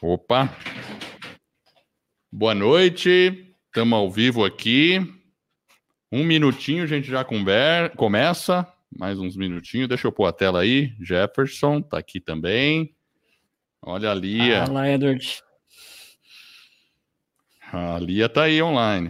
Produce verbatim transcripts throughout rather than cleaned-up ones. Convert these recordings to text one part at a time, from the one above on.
Opa! Boa noite, estamos ao vivo aqui. Um minutinho a gente já conver... começa. Mais uns minutinhos. Deixa eu pôr a tela aí. Jefferson tá aqui também. Olha a Lia. Fala, Edward. A Lia tá aí online.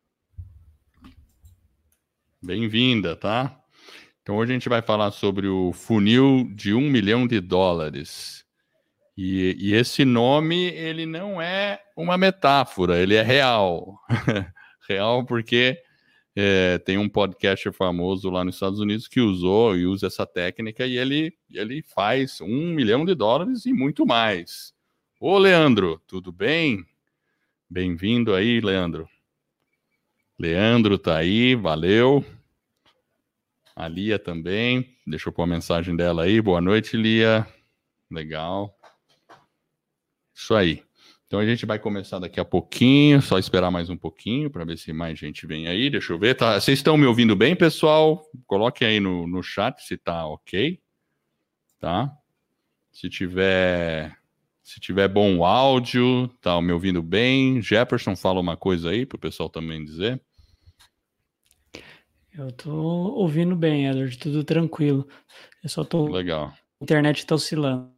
Bem-vinda, tá? Então hoje a gente vai falar sobre o funil de um milhão de dólares. E, e esse nome, ele não é uma metáfora, ele é real. Real porque é, tem um podcaster famoso lá nos Estados Unidos que usou e usa essa técnica e ele, ele faz um milhão de dólares e muito mais. Ô, Leandro, tudo bem? Bem-vindo aí, Leandro. Leandro tá aí, valeu. A Lia também, deixa eu pôr a mensagem dela aí. Boa noite, Lia. Legal. Isso aí. Então a gente vai começar daqui a pouquinho, só esperar mais um pouquinho para ver se mais gente vem aí. Deixa eu ver. Tá? Vocês estão me ouvindo bem, pessoal? Coloquem aí no, no chat se tá ok. Tá? Se tiver, se tiver bom áudio, tá me ouvindo bem? Jefferson, fala uma coisa aí para o pessoal também dizer. Eu tô ouvindo bem, Edward, tudo tranquilo. Eu só tô... Legal. A internet tá oscilando.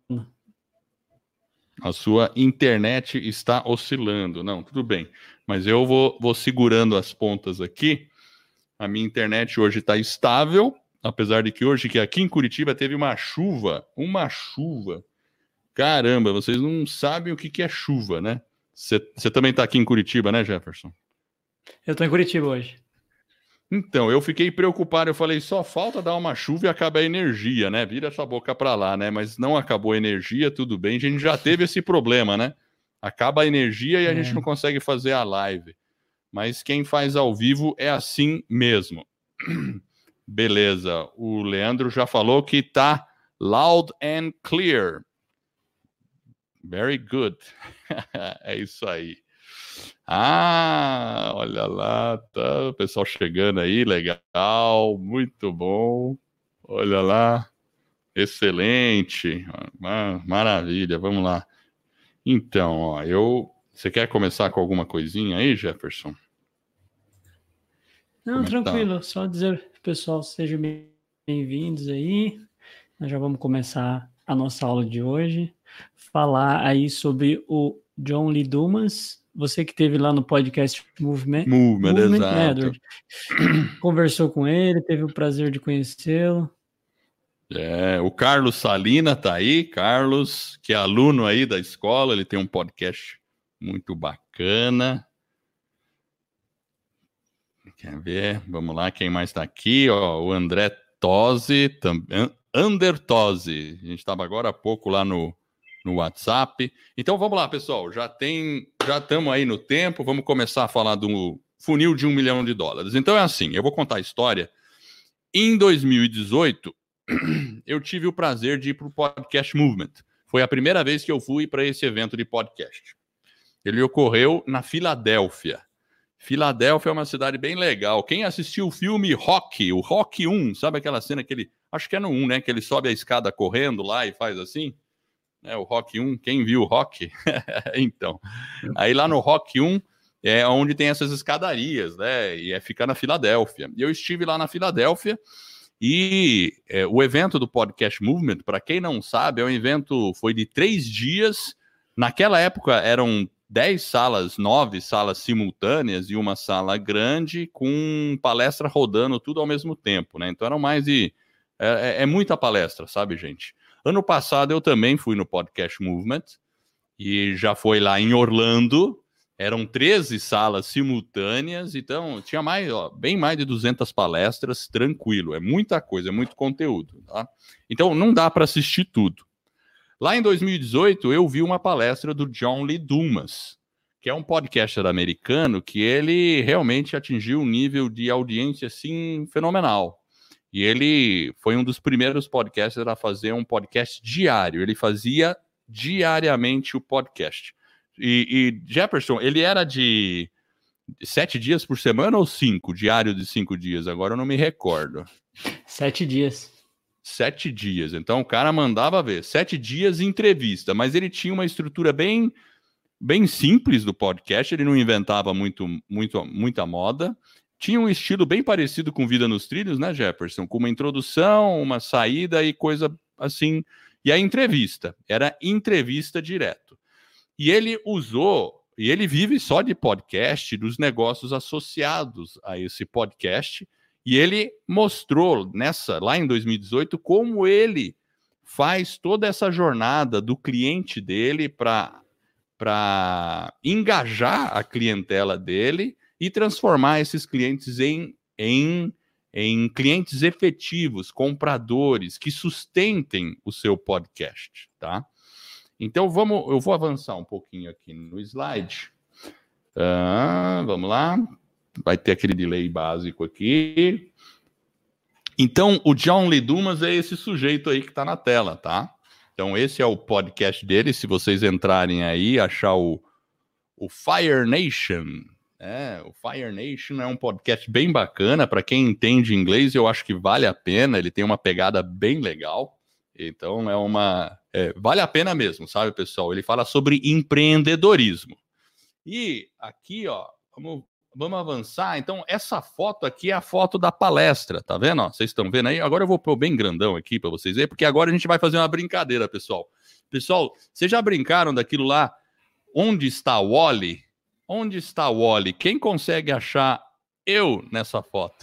A sua internet está oscilando. Não, tudo bem. Mas eu vou, vou segurando as pontas aqui. A minha internet hoje está estável, apesar de que hoje, que aqui em Curitiba, teve uma chuva. Uma chuva. Caramba, vocês não sabem o que, que é chuva, né? Você também está aqui em Curitiba, né, Jefferson? Eu tô em Curitiba hoje. Então, eu fiquei preocupado, eu falei, só falta dar uma chuva e acaba a energia, né? Vira essa boca pra lá, né? Mas não acabou a energia, tudo bem, a gente já teve esse problema, né? Acaba a energia e a é. gente não consegue fazer a live. Mas quem faz ao vivo é assim mesmo. Beleza, o Leandro já falou que tá loud and clear. Very good. É isso aí. Ah, olha lá, tá o pessoal chegando aí, legal, muito bom, olha lá, excelente, maravilha, vamos lá. Então, ó, eu, você quer começar com alguma coisinha aí, Jefferson? Não, Como tranquilo, tá? Só dizer pro pessoal, sejam bem-vindos aí, nós já vamos começar a nossa aula de hoje, falar aí sobre o John Lee Dumas. Você que esteve lá no podcast Movement, Movement, Movement exato. Né, conversou com ele, teve o prazer de conhecê-lo. É, o Carlos Salina tá aí, Carlos, que é aluno aí da escola, ele tem um podcast muito bacana. Quer ver? Vamos lá, quem mais tá aqui? Ó, o André Tosi, também, Ander Tosi, a gente estava agora há pouco lá no no WhatsApp. Então vamos lá, pessoal, já tem, já estamos aí no tempo, vamos começar a falar do funil de um milhão de dólares. Então é assim, eu vou contar a história. Em dois mil e dezoito, eu tive o prazer de ir para o Podcast Movement. Foi a primeira vez que eu fui para esse evento de podcast. Ele ocorreu na Filadélfia. Filadélfia é uma cidade bem legal. Quem assistiu o filme Rocky, o Rocky um, sabe aquela cena que ele, acho que é no um, né, que ele sobe a escada correndo lá e faz assim? É, o Rock um, quem viu o Rock? Então, aí lá no Rock um é onde tem essas escadarias, né? E é ficar na Filadélfia. E eu estive lá na Filadélfia e é, o evento do Podcast Movement, para quem não sabe, é um evento, foi de três dias. Naquela época eram dez salas, nove salas simultâneas e uma sala grande com palestra rodando tudo ao mesmo tempo, né? Então eram mais de... É, é muita palestra, sabe, gente? Ano passado eu também fui no Podcast Movement e já foi lá em Orlando, eram treze salas simultâneas, então tinha mais, ó, bem mais de duzentas palestras, tranquilo, é muita coisa, é muito conteúdo, tá? Então não dá para assistir tudo. Lá em dois mil e dezoito eu vi uma palestra do John Lee Dumas, que é um podcaster americano que ele realmente atingiu um nível de audiência assim fenomenal. E ele foi um dos primeiros podcasters a fazer um podcast diário. Ele fazia diariamente o podcast. E, e Jefferson, ele era de sete dias por semana ou cinco? Diário de cinco dias? Agora eu não me recordo. Sete dias. Sete dias. Então o cara mandava ver. Sete dias entrevista, mas ele tinha uma estrutura bem, bem simples do podcast. Ele não inventava muito, muito, muita moda. Tinha um estilo bem parecido com Vida nos Trilhos, né, Jefferson? Com uma introdução, uma saída e coisa assim. E a entrevista. Era entrevista direto. E ele usou, e ele vive só de podcast, dos negócios associados a esse podcast. E ele mostrou nessa, lá em dois mil e dezoito, como ele faz toda essa jornada do cliente dele para para engajar a clientela dele e transformar esses clientes em, em, em clientes efetivos, compradores, que sustentem o seu podcast, tá? Então, vamos, eu vou avançar um pouquinho aqui no slide. Ah, vamos lá. Vai ter aquele delay básico aqui. Então, o John Lee Dumas é esse sujeito aí que está na tela, tá? Então, esse é o podcast dele. Se vocês entrarem aí, achar o, o Fire Nation. É, o Fire Nation é um podcast bem bacana. Para quem entende inglês, eu acho que vale a pena. Ele tem uma pegada bem legal. Então, é uma... É, vale a pena mesmo, sabe, pessoal? Ele fala sobre empreendedorismo. E aqui, ó, vamos... Vamos avançar. Então, essa foto aqui é a foto da palestra, tá vendo? Ó, vocês estão vendo aí? Agora eu vou pôr bem grandão aqui para vocês verem, porque agora a gente vai fazer uma brincadeira, pessoal. Pessoal, vocês já brincaram daquilo lá? Onde está o Wall-E? Onde está o Wall-E? Quem consegue achar eu nessa foto?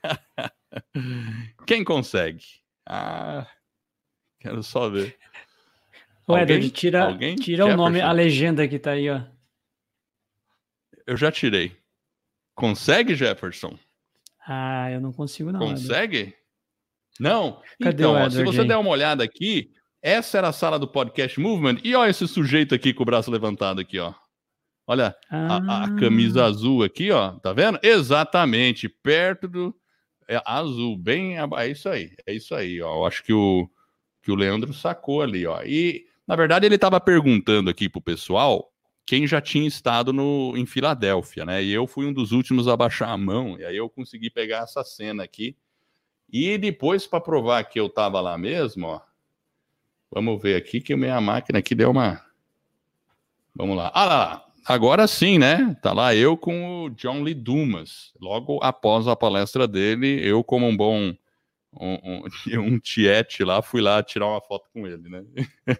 Quem consegue? Ah, quero só ver. O Edward, tira, Alguém? tira o nome, a legenda que tá aí, ó. Eu já tirei. Consegue, Jefferson? Ah, eu não consigo não. Consegue? Edward. Não? Cadê então, o ó, se você aí? der uma olhada aqui, essa era a sala do Podcast Movement, e olha esse sujeito aqui com o braço levantado aqui, ó. Olha, ah. a, a camisa azul aqui, ó, tá vendo? Exatamente, perto do... É azul, bem... É isso aí, é isso aí, ó. Eu acho que o, que o Leandro sacou ali, ó. E, na verdade, ele estava perguntando aqui pro pessoal quem já tinha estado no, em Filadélfia, né? E eu fui um dos últimos a baixar a mão, e aí eu consegui pegar essa cena aqui. E depois, para provar que eu estava lá mesmo, ó, vamos ver aqui que a minha máquina aqui deu uma... Vamos lá. Ah lá, agora sim, né? Tá lá eu com o John Lee Dumas. Logo após a palestra dele, eu como um bom... Um, um, um tiete lá, fui lá tirar uma foto com ele, né?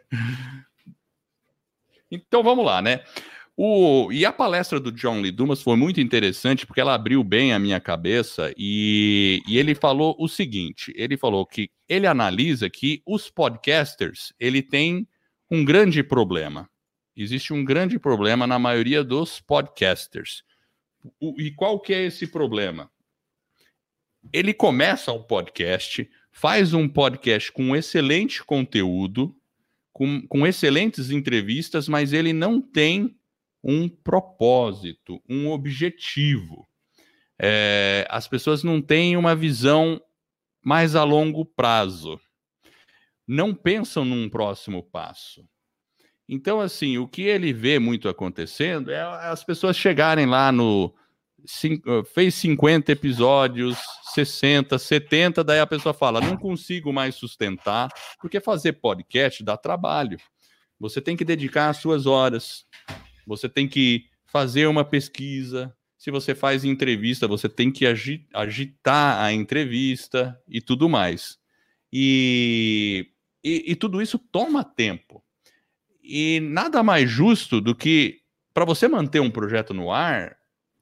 Então vamos lá, né? O, e a palestra do John Lee Dumas foi muito interessante porque ela abriu bem a minha cabeça e, e ele falou o seguinte, ele falou que ele analisa que os podcasters, ele tem um grande problema. Existe um grande problema na maioria dos podcasters. O, e qual que é esse problema? Ele começa um podcast, faz um podcast com excelente conteúdo, Com, com excelentes entrevistas, mas ele não tem um propósito, um objetivo. É, as pessoas não têm uma visão mais a longo prazo. Não pensam num próximo passo. Então, assim, o que ele vê muito acontecendo é as pessoas chegarem lá no... Cinco, fez cinquenta episódios, sessenta, setenta, daí a pessoa fala, não consigo mais sustentar, porque fazer podcast dá trabalho. Você tem que dedicar as suas horas, você tem que fazer uma pesquisa, se você faz entrevista, você tem que agi- agitar a entrevista e tudo mais. E, e, e tudo isso toma tempo. E nada mais justo do que, para você manter um projeto no ar,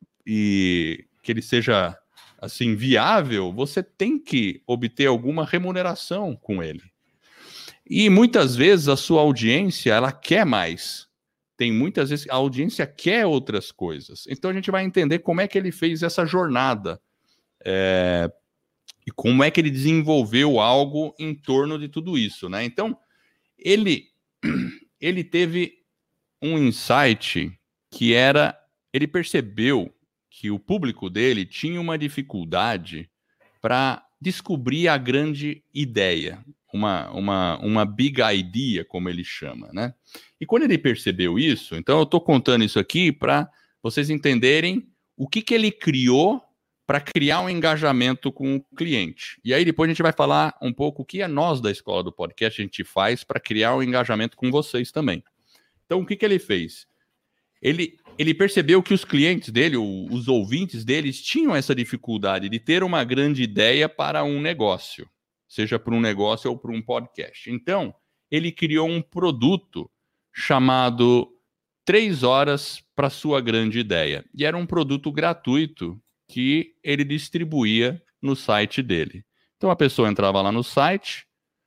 e que ele seja assim viável, você tem que obter alguma remuneração com ele. E muitas vezes a sua audiência, ela quer mais. Tem muitas vezes a audiência quer outras coisas. Então a gente vai entender como é que ele fez essa jornada é, e como é que ele desenvolveu algo em torno de tudo isso, né? Então ele ele teve um insight que era, ele percebeu que o público dele tinha uma dificuldade para descobrir a grande ideia, uma, uma, uma big idea, como ele chama, né? E quando ele percebeu isso, então eu estou contando isso aqui para vocês entenderem o que, que ele criou para criar um engajamento com o cliente. E aí depois a gente vai falar um pouco o que é nós da Escola do Podcast a gente faz para criar um engajamento com vocês também. Então, o que, que ele fez? Ele, ele percebeu que os clientes dele, o, os ouvintes deles, tinham essa dificuldade de ter uma grande ideia para um negócio, seja para um negócio ou para um podcast. Então, ele criou um produto chamado Três Horas para Sua Grande Ideia. E era um produto gratuito que ele distribuía no site dele. Então, a pessoa entrava lá no site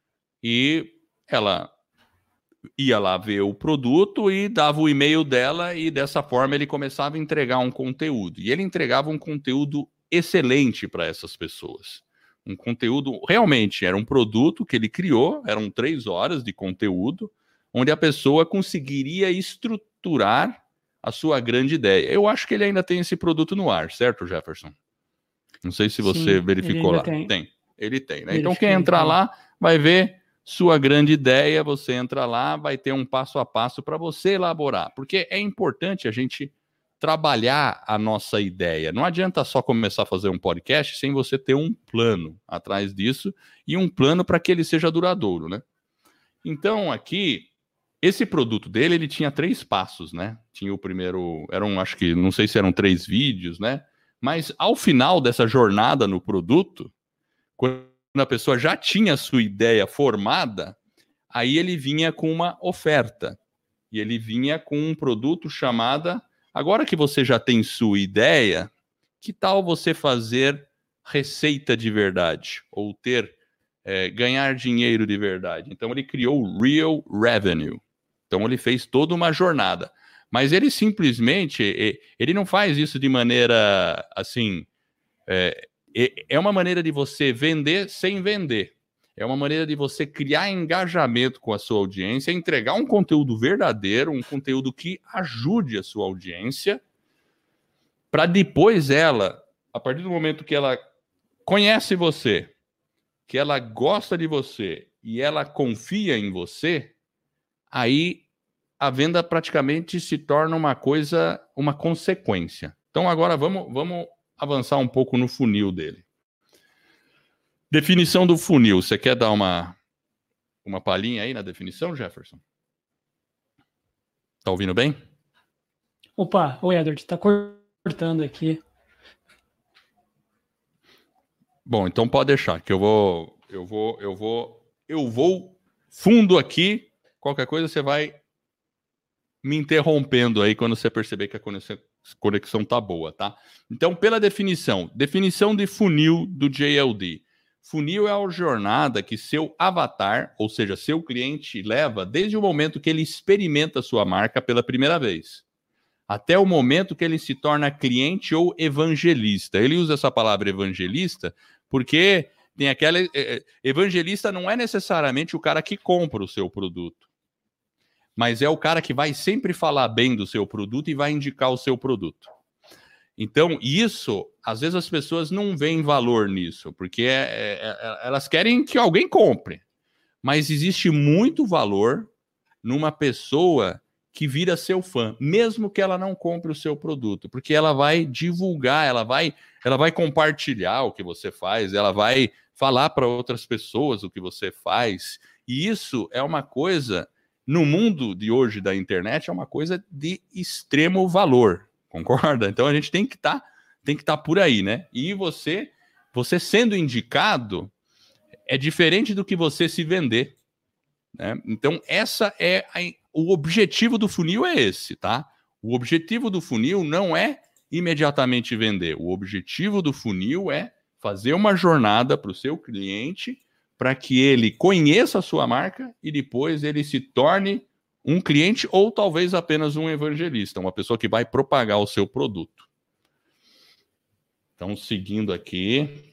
e ela ia lá ver o produto e dava o e-mail dela e dessa forma ele começava a entregar um conteúdo. E ele entregava um conteúdo excelente para essas pessoas. Um conteúdo, realmente, era um produto que ele criou, eram três horas de conteúdo, onde a pessoa conseguiria estruturar a sua grande ideia. Eu acho que ele ainda tem esse produto no ar, certo, Jefferson? Não sei se você Sim, verificou lá. Tem. tem. Ele tem, né? Então, quem entrar lá vai ver sua grande ideia, você entra lá, vai ter um passo a passo para você elaborar. Porque é importante a gente trabalhar a nossa ideia. Não adianta só começar a fazer um podcast sem você ter um plano atrás disso e um plano para que ele seja duradouro, né? Então, aqui, esse produto dele, ele tinha três passos, né? Tinha o primeiro, eram, acho que, não sei se eram três vídeos, né? Mas ao final dessa jornada no produto, quando a pessoa já tinha a sua ideia formada, aí ele vinha com uma oferta. E ele vinha com um produto chamado, agora que você já tem sua ideia, que tal você fazer receita de verdade? Ou ter, é, ganhar dinheiro de verdade? Então ele criou o Real Revenue. Então ele fez toda uma jornada. Mas ele simplesmente, ele não faz isso de maneira assim, é, é uma maneira de você vender sem vender. É uma maneira de você criar engajamento com a sua audiência, entregar um conteúdo verdadeiro, um conteúdo que ajude a sua audiência, para depois ela, a partir do momento que ela conhece você, que ela gosta de você e ela confia em você, aí a venda praticamente se torna uma coisa, uma consequência. Então agora vamos, vamos avançar um pouco no funil dele. Definição do funil. Você quer dar uma, uma palhinha aí na definição, Jefferson? Tá ouvindo bem? Opa, oi, Edward, tá cortando aqui. Bom, então pode deixar, que eu vou, eu vou, eu vou, eu vou fundo aqui. Qualquer coisa você vai me interrompendo aí quando você perceber que a conexão, conexão tá boa, tá? Então, pela definição, definição de funil do J L D. Funil é a jornada que seu avatar, ou seja, seu cliente, leva desde o momento que ele experimenta a sua marca pela primeira vez, até o momento que ele se torna cliente ou evangelista. Ele usa essa palavra evangelista porque tem aquela... Evangelista não é necessariamente o cara que compra o seu produto, mas é o cara que vai sempre falar bem do seu produto e vai indicar o seu produto. Então, isso, às vezes as pessoas não veem valor nisso, porque é, é, elas querem que alguém compre. Mas existe muito valor numa pessoa que vira seu fã, mesmo que ela não compre o seu produto, porque ela vai divulgar, ela vai, ela vai compartilhar o que você faz, ela vai falar para outras pessoas o que você faz. E isso é uma coisa... No mundo de hoje da internet, é uma coisa de extremo valor, concorda? Então a gente tem que estar, tem que estar por aí, né? E você, você sendo indicado, é diferente do que você se vender, né? Então essa é a, o objetivo do funil é esse, tá? O objetivo do funil não é imediatamente vender. O objetivo do funil é fazer uma jornada para o seu cliente, para que ele conheça a sua marca e depois ele se torne um cliente ou talvez apenas um evangelista, uma pessoa que vai propagar o seu produto. Então, seguindo aqui.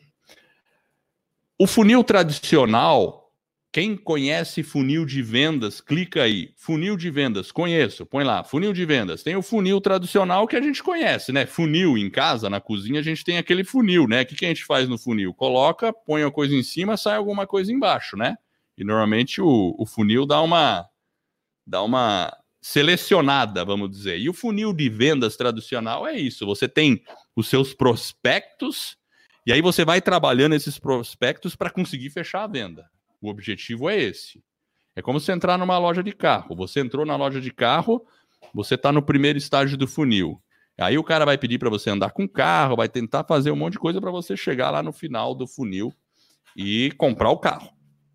O funil tradicional, quem conhece funil de vendas, clica aí. Funil de vendas, conheço, põe lá, funil de vendas. Tem o funil tradicional que a gente conhece, né? Funil em casa, na cozinha, a gente tem aquele funil, né? O que, que a gente faz no funil? Coloca, põe a coisa em cima, sai alguma coisa embaixo, né? E normalmente o, o funil dá uma, dá uma, selecionada, vamos dizer. E o funil de vendas tradicional é isso. Você tem os seus prospectos e aí você vai trabalhando esses prospectos para conseguir fechar a venda. O objetivo é esse. É como você entrar numa loja de carro. Você entrou na loja de carro, você está no primeiro estágio do funil. Aí o cara vai pedir para você andar com o carro, vai tentar fazer um monte de coisa para você chegar lá no final do funil e comprar o carro.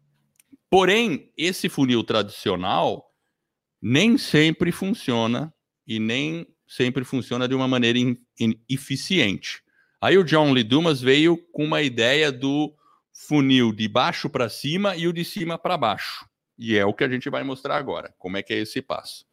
Porém, esse funil tradicional nem sempre funciona e nem sempre funciona de uma maneira in, in, eficiente. Aí o John Lee Dumas veio com uma ideia do funil de baixo para cima e o de cima para baixo. E é o que a gente vai mostrar agora, como é que é esse passo.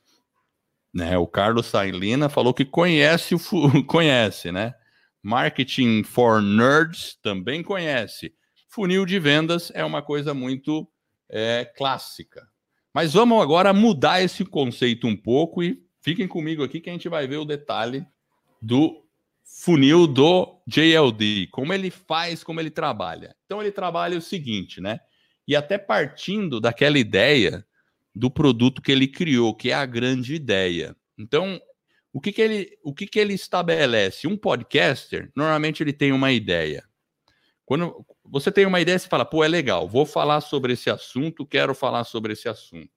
Né, o Carlos Sailina falou que conhece, o conhece, né? Marketing for Nerds também conhece. Funil de vendas é uma coisa muito é, clássica. Mas vamos agora mudar esse conceito um pouco e fiquem comigo aqui que a gente vai ver o detalhe do funil do J L D, como ele faz, como ele trabalha. Então ele trabalha o seguinte, né? E até partindo daquela ideia do produto que ele criou, que é a grande ideia. Então, o que que ele, o que que ele estabelece? Um podcaster, normalmente ele tem uma ideia. Quando você tem uma ideia, você fala, pô, é legal, vou falar sobre esse assunto, quero falar sobre esse assunto.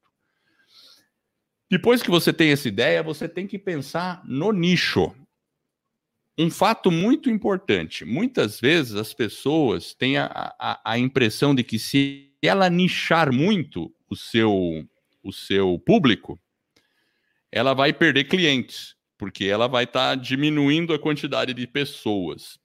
Depois que você tem essa ideia, você tem que pensar no nicho. Um fato muito importante, muitas vezes as pessoas têm a, a, a impressão de que se ela nichar muito o seu... o seu público, ela vai perder clientes, porque ela vai estar tá diminuindo a quantidade de pessoas.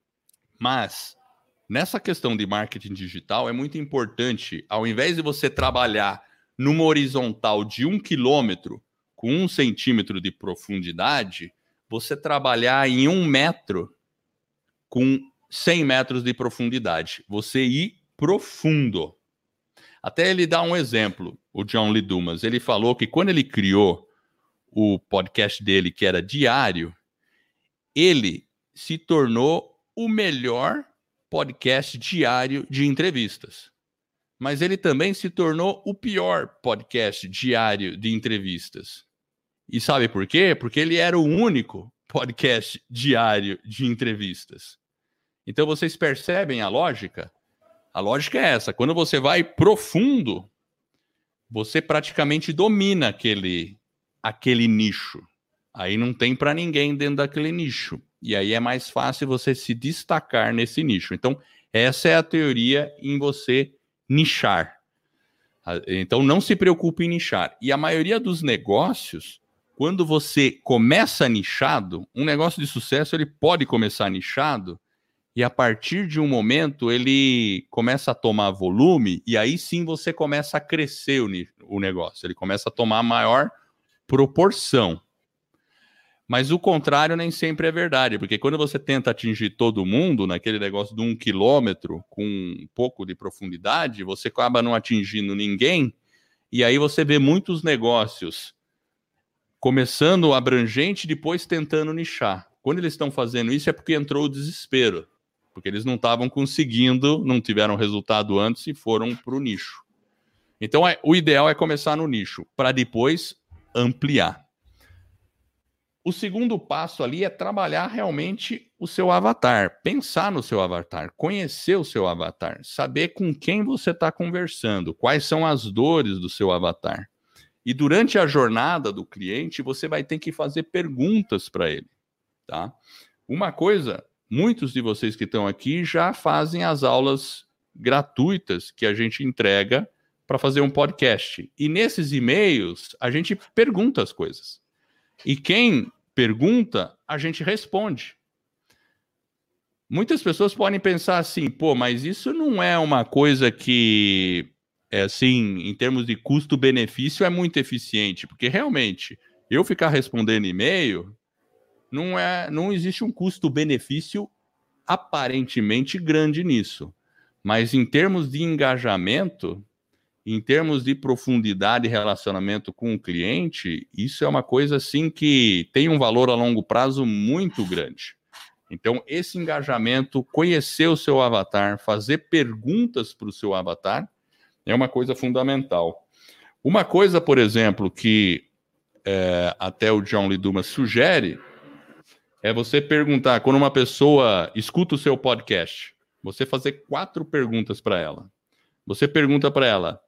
Mas, nessa questão de marketing digital, é muito importante, ao invés de você trabalhar numa horizontal de um quilômetro, com um centímetro de profundidade, você trabalhar em um metro com cem metros de profundidade. Você ir profundo. Até ele dá um exemplo, o John Lee Dumas. Ele falou que quando ele criou o podcast dele, que era diário, ele se tornou o melhor podcast diário de entrevistas. Mas ele também se tornou o pior podcast diário de entrevistas. E sabe por quê? Porque ele era o único podcast diário de entrevistas. Então vocês percebem a lógica? A lógica é essa, quando você vai profundo, você praticamente domina aquele, aquele nicho. Aí não tem para ninguém dentro daquele nicho. E aí é mais fácil você se destacar nesse nicho. Então, essa é a teoria em você nichar. Então, não se preocupe em nichar. E a maioria dos negócios, quando você começa nichado, um negócio de sucesso, ele pode começar nichado, e a partir de um momento ele começa a tomar volume e aí sim você começa a crescer o, o negócio. Ele começa a tomar maior proporção. Mas o contrário nem sempre é verdade, porque quando você tenta atingir todo mundo naquele negócio de um quilômetro com um pouco de profundidade, você acaba não atingindo ninguém e aí você vê muitos negócios começando abrangente e depois tentando nichar. Quando eles estão fazendo isso é porque entrou o desespero. Porque eles não estavam conseguindo, não tiveram resultado antes e foram para o nicho. Então, é, o ideal é começar no nicho, para depois ampliar. O segundo passo ali é trabalhar realmente o seu avatar, pensar no seu avatar, conhecer o seu avatar, saber com quem você está conversando, quais são as dores do seu avatar. E durante a jornada do cliente, você vai ter que fazer perguntas para ele. Tá? Uma coisa... Muitos de vocês que estão aqui já fazem as aulas gratuitas que a gente entrega para fazer um podcast. E nesses e-mails, a gente pergunta as coisas. E quem pergunta, a gente responde. Muitas pessoas podem pensar assim, pô, mas isso não é uma coisa que, é assim, em termos de custo-benefício, é muito eficiente. Porque realmente, eu ficar respondendo e-mail... Não, é, não existe um custo-benefício aparentemente grande nisso. Mas em termos de engajamento, em termos de profundidade e relacionamento com o cliente, isso é uma coisa assim que tem um valor a longo prazo muito grande. Então, esse engajamento, conhecer o seu avatar, fazer perguntas para o seu avatar, é uma coisa fundamental. Uma coisa, por exemplo, que é, até o John Lee Dumas sugere, é você perguntar, quando uma pessoa escuta o seu podcast, você fazer quatro perguntas para ela. Você pergunta para ela,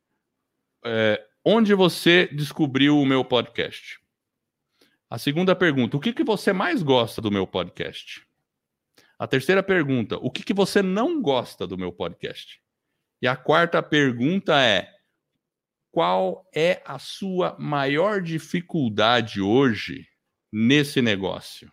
é, onde você descobriu o meu podcast? A segunda pergunta, o que, que você mais gosta do meu podcast? A terceira pergunta, o que, que você não gosta do meu podcast? E a quarta pergunta é, qual é a sua maior dificuldade hoje nesse negócio?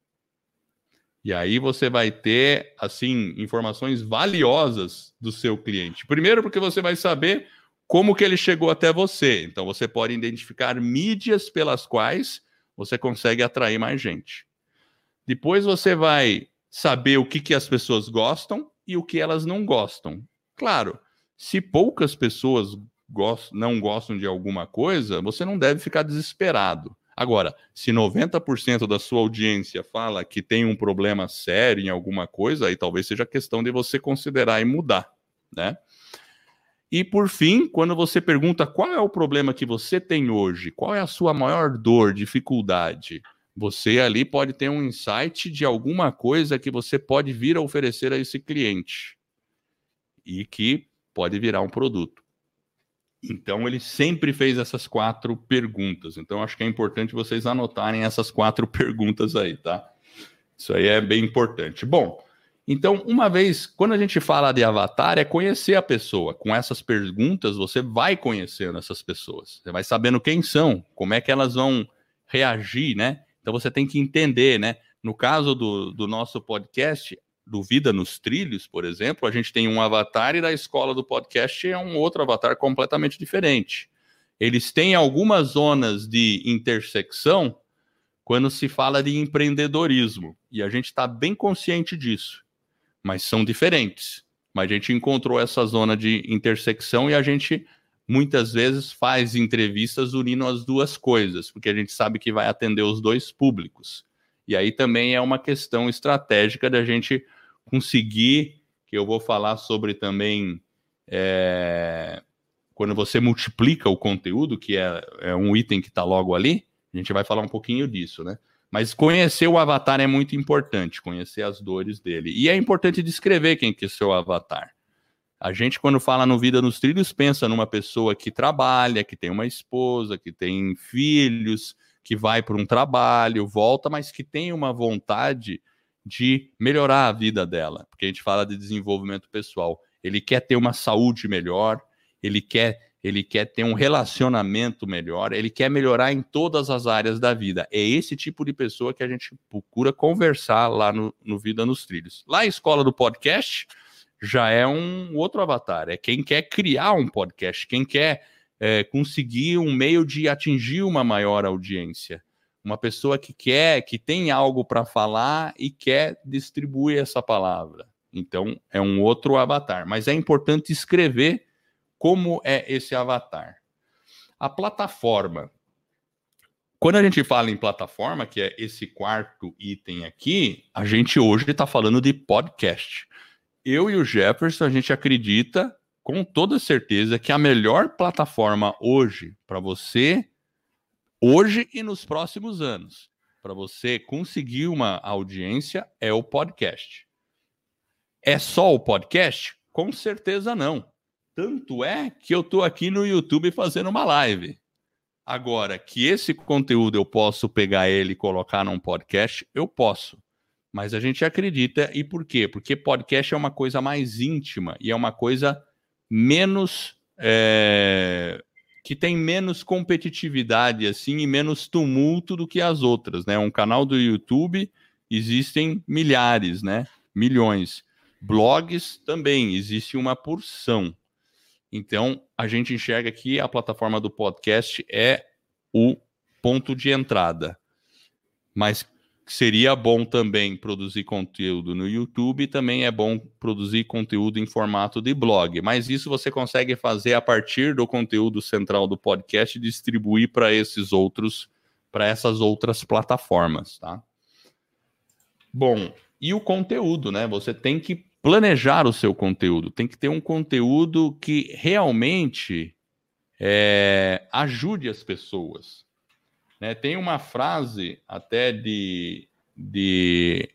E aí você vai ter, assim, informações valiosas do seu cliente. Primeiro, porque você vai saber como que ele chegou até você. Então, você pode identificar mídias pelas quais você consegue atrair mais gente. Depois, você vai saber o que, que as pessoas gostam e o que elas não gostam. Claro, se poucas pessoas gostam, não gostam de alguma coisa, você não deve ficar desesperado. Agora, se noventa por cento da sua audiência fala que tem um problema sério em alguma coisa, aí talvez seja questão de você considerar e mudar, né? E, por fim, quando você pergunta qual é o problema que você tem hoje, qual é a sua maior dor, dificuldade, você ali pode ter um insight de alguma coisa que você pode vir a oferecer a esse cliente e que pode virar um produto. Então, ele sempre fez essas quatro perguntas. Então, acho que é importante vocês anotarem essas quatro perguntas aí, tá? Isso aí é bem importante. Bom, então, uma vez, quando a gente fala de avatar, é conhecer a pessoa. Com essas perguntas, você vai conhecendo essas pessoas. Você vai sabendo quem são, como é que elas vão reagir, né? Então, você tem que entender, né? No caso do, do nosso podcast, do Vida nos Trilhos, por exemplo, a gente tem um avatar e da escola do podcast é um outro avatar completamente diferente. Eles têm algumas zonas de intersecção quando se fala de empreendedorismo, e a gente está bem consciente disso, mas são diferentes. Mas a gente encontrou essa zona de intersecção e a gente muitas vezes faz entrevistas unindo as duas coisas, porque a gente sabe que vai atender os dois públicos. E aí também é uma questão estratégica da gente conseguir, que eu vou falar sobre também, é, quando você multiplica o conteúdo, que é, é um item que está logo ali, a gente vai falar um pouquinho disso, né? Mas conhecer o avatar é muito importante, conhecer as dores dele. E é importante descrever quem que é o seu avatar. A gente, quando fala no Vida nos Trilhos, pensa numa pessoa que trabalha, que tem uma esposa, que tem filhos, que vai para um trabalho, volta, mas que tem uma vontade de melhorar a vida dela, porque a gente fala de desenvolvimento pessoal. Ele quer ter uma saúde melhor, ele quer, ele quer ter um relacionamento melhor, ele quer melhorar em todas as áreas da vida. É esse tipo de pessoa que a gente procura conversar lá no, no Vida nos Trilhos. Lá em Escola do Podcast, já é um outro avatar, é quem quer criar um podcast, quem quer é, conseguir um meio de atingir uma maior audiência. Uma pessoa que quer, que tem algo para falar e quer distribuir essa palavra. Então, é um outro avatar. Mas é importante escrever como é esse avatar. A plataforma. Quando a gente fala em plataforma, que é esse quarto item aqui, a gente hoje está falando de podcast. Eu e o Jefferson, a gente acredita com toda certeza que a melhor plataforma hoje para você, hoje e nos próximos anos, para você conseguir uma audiência é o podcast. É só o podcast? Com certeza não. Tanto é que eu estou aqui no YouTube fazendo uma live. Agora, que esse conteúdo eu posso pegar ele e colocar num podcast, eu posso. Mas a gente acredita, e por quê? Porque podcast é uma coisa mais íntima e é uma coisa menos... É, que tem menos competitividade assim e menos tumulto do que as outras, né? Um canal do YouTube existem milhares, né? Milhões. Blogs também, existe uma porção. Então, a gente enxerga que a plataforma do podcast é o ponto de entrada. Mas seria bom também produzir conteúdo no YouTube e também é bom produzir conteúdo em formato de blog. Mas isso você consegue fazer a partir do conteúdo central do podcast e distribuir para esses outros, para essas outras plataformas, tá? Bom, e o conteúdo, né? Você tem que planejar o seu conteúdo, tem que ter um conteúdo que realmente é, ajude as pessoas. né? Tem uma frase até de... de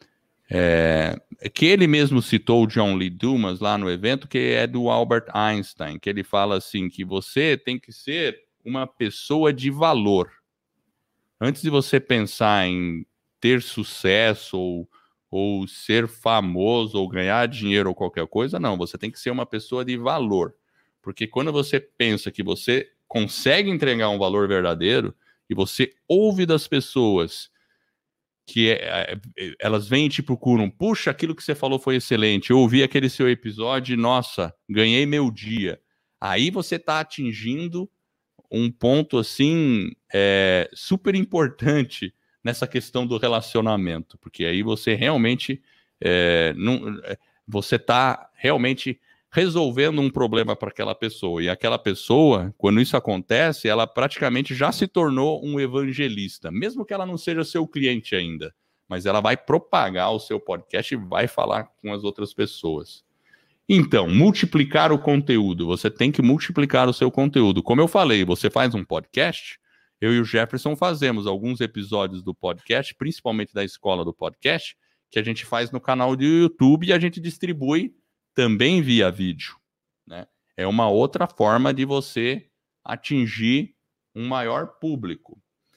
é, que ele mesmo citou, o John Lee Dumas, lá no evento, que é do Albert Einstein, que ele fala assim, que você tem que ser uma pessoa de valor. Antes de você pensar em ter sucesso, ou, ou ser famoso, ou ganhar dinheiro, ou qualquer coisa, não, você tem que ser uma pessoa de valor. Porque quando você pensa que você consegue entregar um valor verdadeiro, e você ouve das pessoas que é, é, elas vêm e te procuram, puxa, aquilo que você falou foi excelente, eu ouvi aquele seu episódio, nossa, ganhei meu dia. Aí você está atingindo um ponto, assim, é, super importante nessa questão do relacionamento, porque aí você realmente, é, não, você está realmente resolvendo um problema para aquela pessoa, e aquela pessoa, quando isso acontece, ela praticamente já se tornou um evangelista, mesmo que ela não seja seu cliente ainda, mas ela vai propagar o seu podcast e vai falar com as outras pessoas. Então, multiplicar o conteúdo, você tem que multiplicar o seu conteúdo. Como eu falei, você faz um podcast, eu e o Jefferson fazemos alguns episódios do podcast, principalmente da Escola do Podcast, que a gente faz no canal do YouTube e a gente distribui também via vídeo, né? É uma outra forma de você atingir um maior público.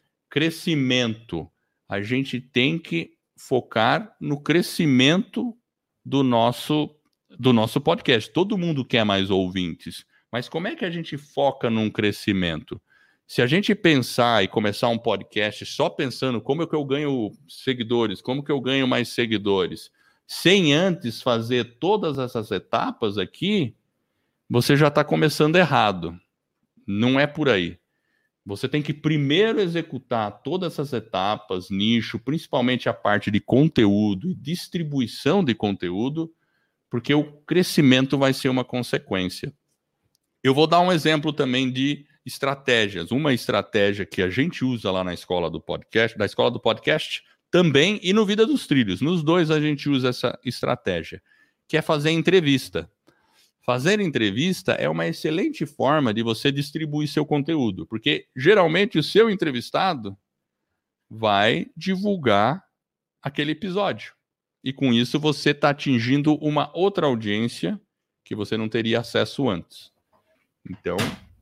Crescimento. A gente tem que focar no crescimento do nosso, do nosso podcast. Todo mundo quer mais ouvintes, mas como é que a gente foca num crescimento? Se a gente pensar e começar um podcast só pensando como é que eu ganho seguidores, como que eu ganho mais seguidores, sem antes fazer todas essas etapas aqui, você já está começando errado. Não é por aí. Você tem que primeiro executar todas essas etapas, nicho, principalmente a parte de conteúdo e distribuição de conteúdo, porque o crescimento vai ser uma consequência. Eu vou dar um exemplo também de estratégias. Uma estratégia que a gente usa lá na escola do podcast, da escola do podcast, também, e no Vida dos Trilhos. Nos dois a gente usa essa estratégia, que é fazer entrevista. Fazer entrevista é uma excelente forma de você distribuir seu conteúdo, porque geralmente o seu entrevistado vai divulgar aquele episódio. E com isso você está atingindo uma outra audiência que você não teria acesso antes. Então,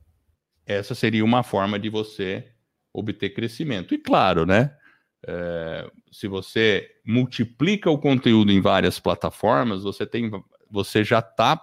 essa seria uma forma de você obter crescimento. E claro, né? É, se você multiplica o conteúdo em várias plataformas, você, tem, você já está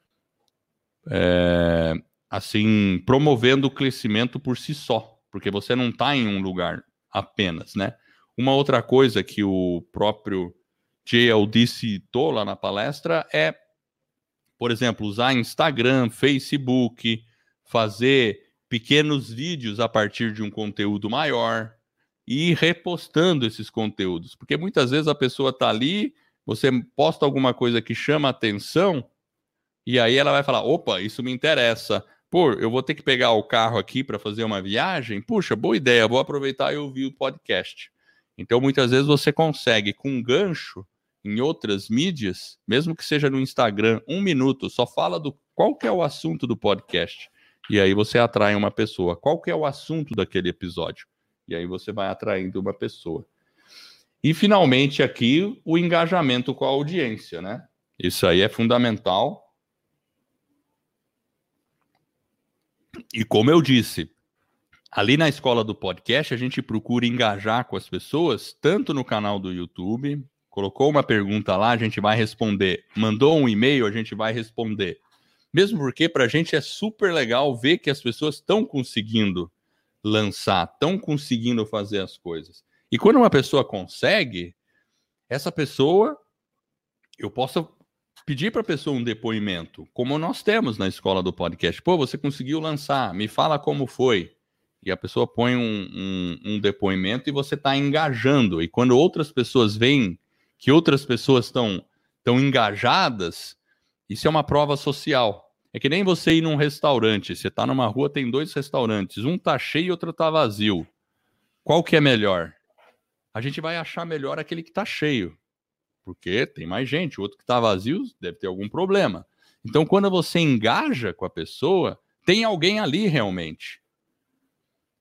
é, assim, promovendo o crescimento por si só, porque você não está em um lugar apenas, né? Uma outra coisa que o próprio J L D citou lá na palestra é, por exemplo, usar Instagram, Facebook, fazer pequenos vídeos a partir de um conteúdo maior, e ir repostando esses conteúdos, porque muitas vezes a pessoa está ali, você posta alguma coisa que chama a atenção, e aí ela vai falar, opa, isso me interessa, pô, eu vou ter que pegar o carro aqui para fazer uma viagem, puxa, boa ideia, vou aproveitar e ouvir o podcast. Então, muitas vezes você consegue, com um gancho, em outras mídias, mesmo que seja no Instagram, um minuto, só fala do qual que é o assunto do podcast, e aí você atrai uma pessoa, qual que é o assunto daquele episódio? E aí você vai atraindo uma pessoa. E, finalmente, aqui, o engajamento com a audiência, né? Isso aí é fundamental. E como eu disse, ali na escola do podcast, a gente procura engajar com as pessoas, tanto no canal do YouTube, colocou uma pergunta lá, a gente vai responder. Mandou um e-mail, a gente vai responder. Mesmo porque, para a gente, é super legal ver que as pessoas estão conseguindo lançar, estão conseguindo fazer as coisas. E quando uma pessoa consegue, essa pessoa, eu posso pedir para a pessoa um depoimento, como nós temos na escola do podcast. Pô, você conseguiu lançar, me fala como foi. E a pessoa põe um, um, um depoimento e você está engajando. E quando outras pessoas veem que outras pessoas estão estão engajadas, isso é uma prova social. É que nem você ir num restaurante, você tá numa rua, tem dois restaurantes, um tá cheio e outro tá vazio. Qual que é melhor? A gente vai achar melhor aquele que tá cheio, porque tem mais gente, o outro que tá vazio deve ter algum problema. Então, quando você engaja com a pessoa, tem alguém ali realmente.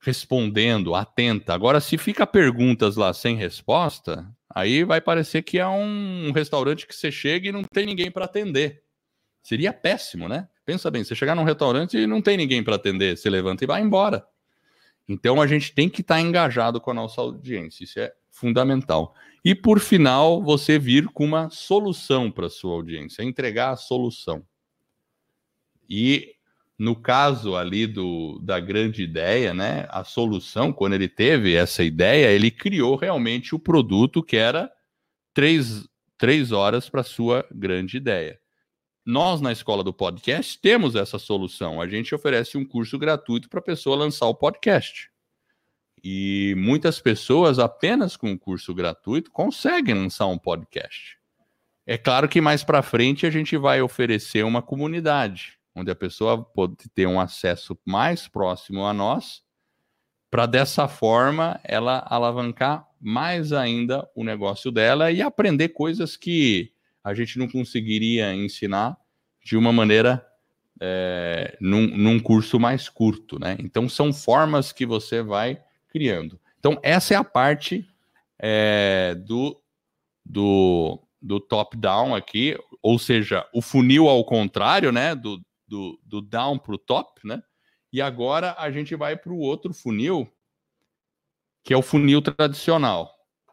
respondendo, atenta. Agora, se fica perguntas lá sem resposta, aí vai parecer que é um restaurante que você chega e não tem ninguém para atender. Seria péssimo, né? Pensa bem, você chegar num restaurante e não tem ninguém para atender, você levanta e vai embora. Então, a gente tem que estar engajado com a nossa audiência, isso é fundamental. E, por final, você vir com uma solução para a sua audiência, entregar a solução. E, no caso ali do, da grande ideia, né, a solução, quando ele teve essa ideia, ele criou realmente o produto que era três, três horas para a sua grande ideia. Nós, na Escola do Podcast, temos essa solução. A gente oferece um curso gratuito para a pessoa lançar o podcast. E muitas pessoas, apenas com um curso gratuito, conseguem lançar um podcast. É claro que mais para frente a gente vai oferecer uma comunidade, onde a pessoa pode ter um acesso mais próximo a nós, para dessa forma ela alavancar mais ainda o negócio dela e aprender coisas que a gente não conseguiria ensinar de uma maneira, é, num, num curso mais curto, né? Então, são formas que você vai criando. Então, essa é a parte é, do, do, do top-down aqui, ou seja, o funil ao contrário, né? Do, do, do down para o top, né? E agora a gente vai para o outro funil, que é o funil tradicional.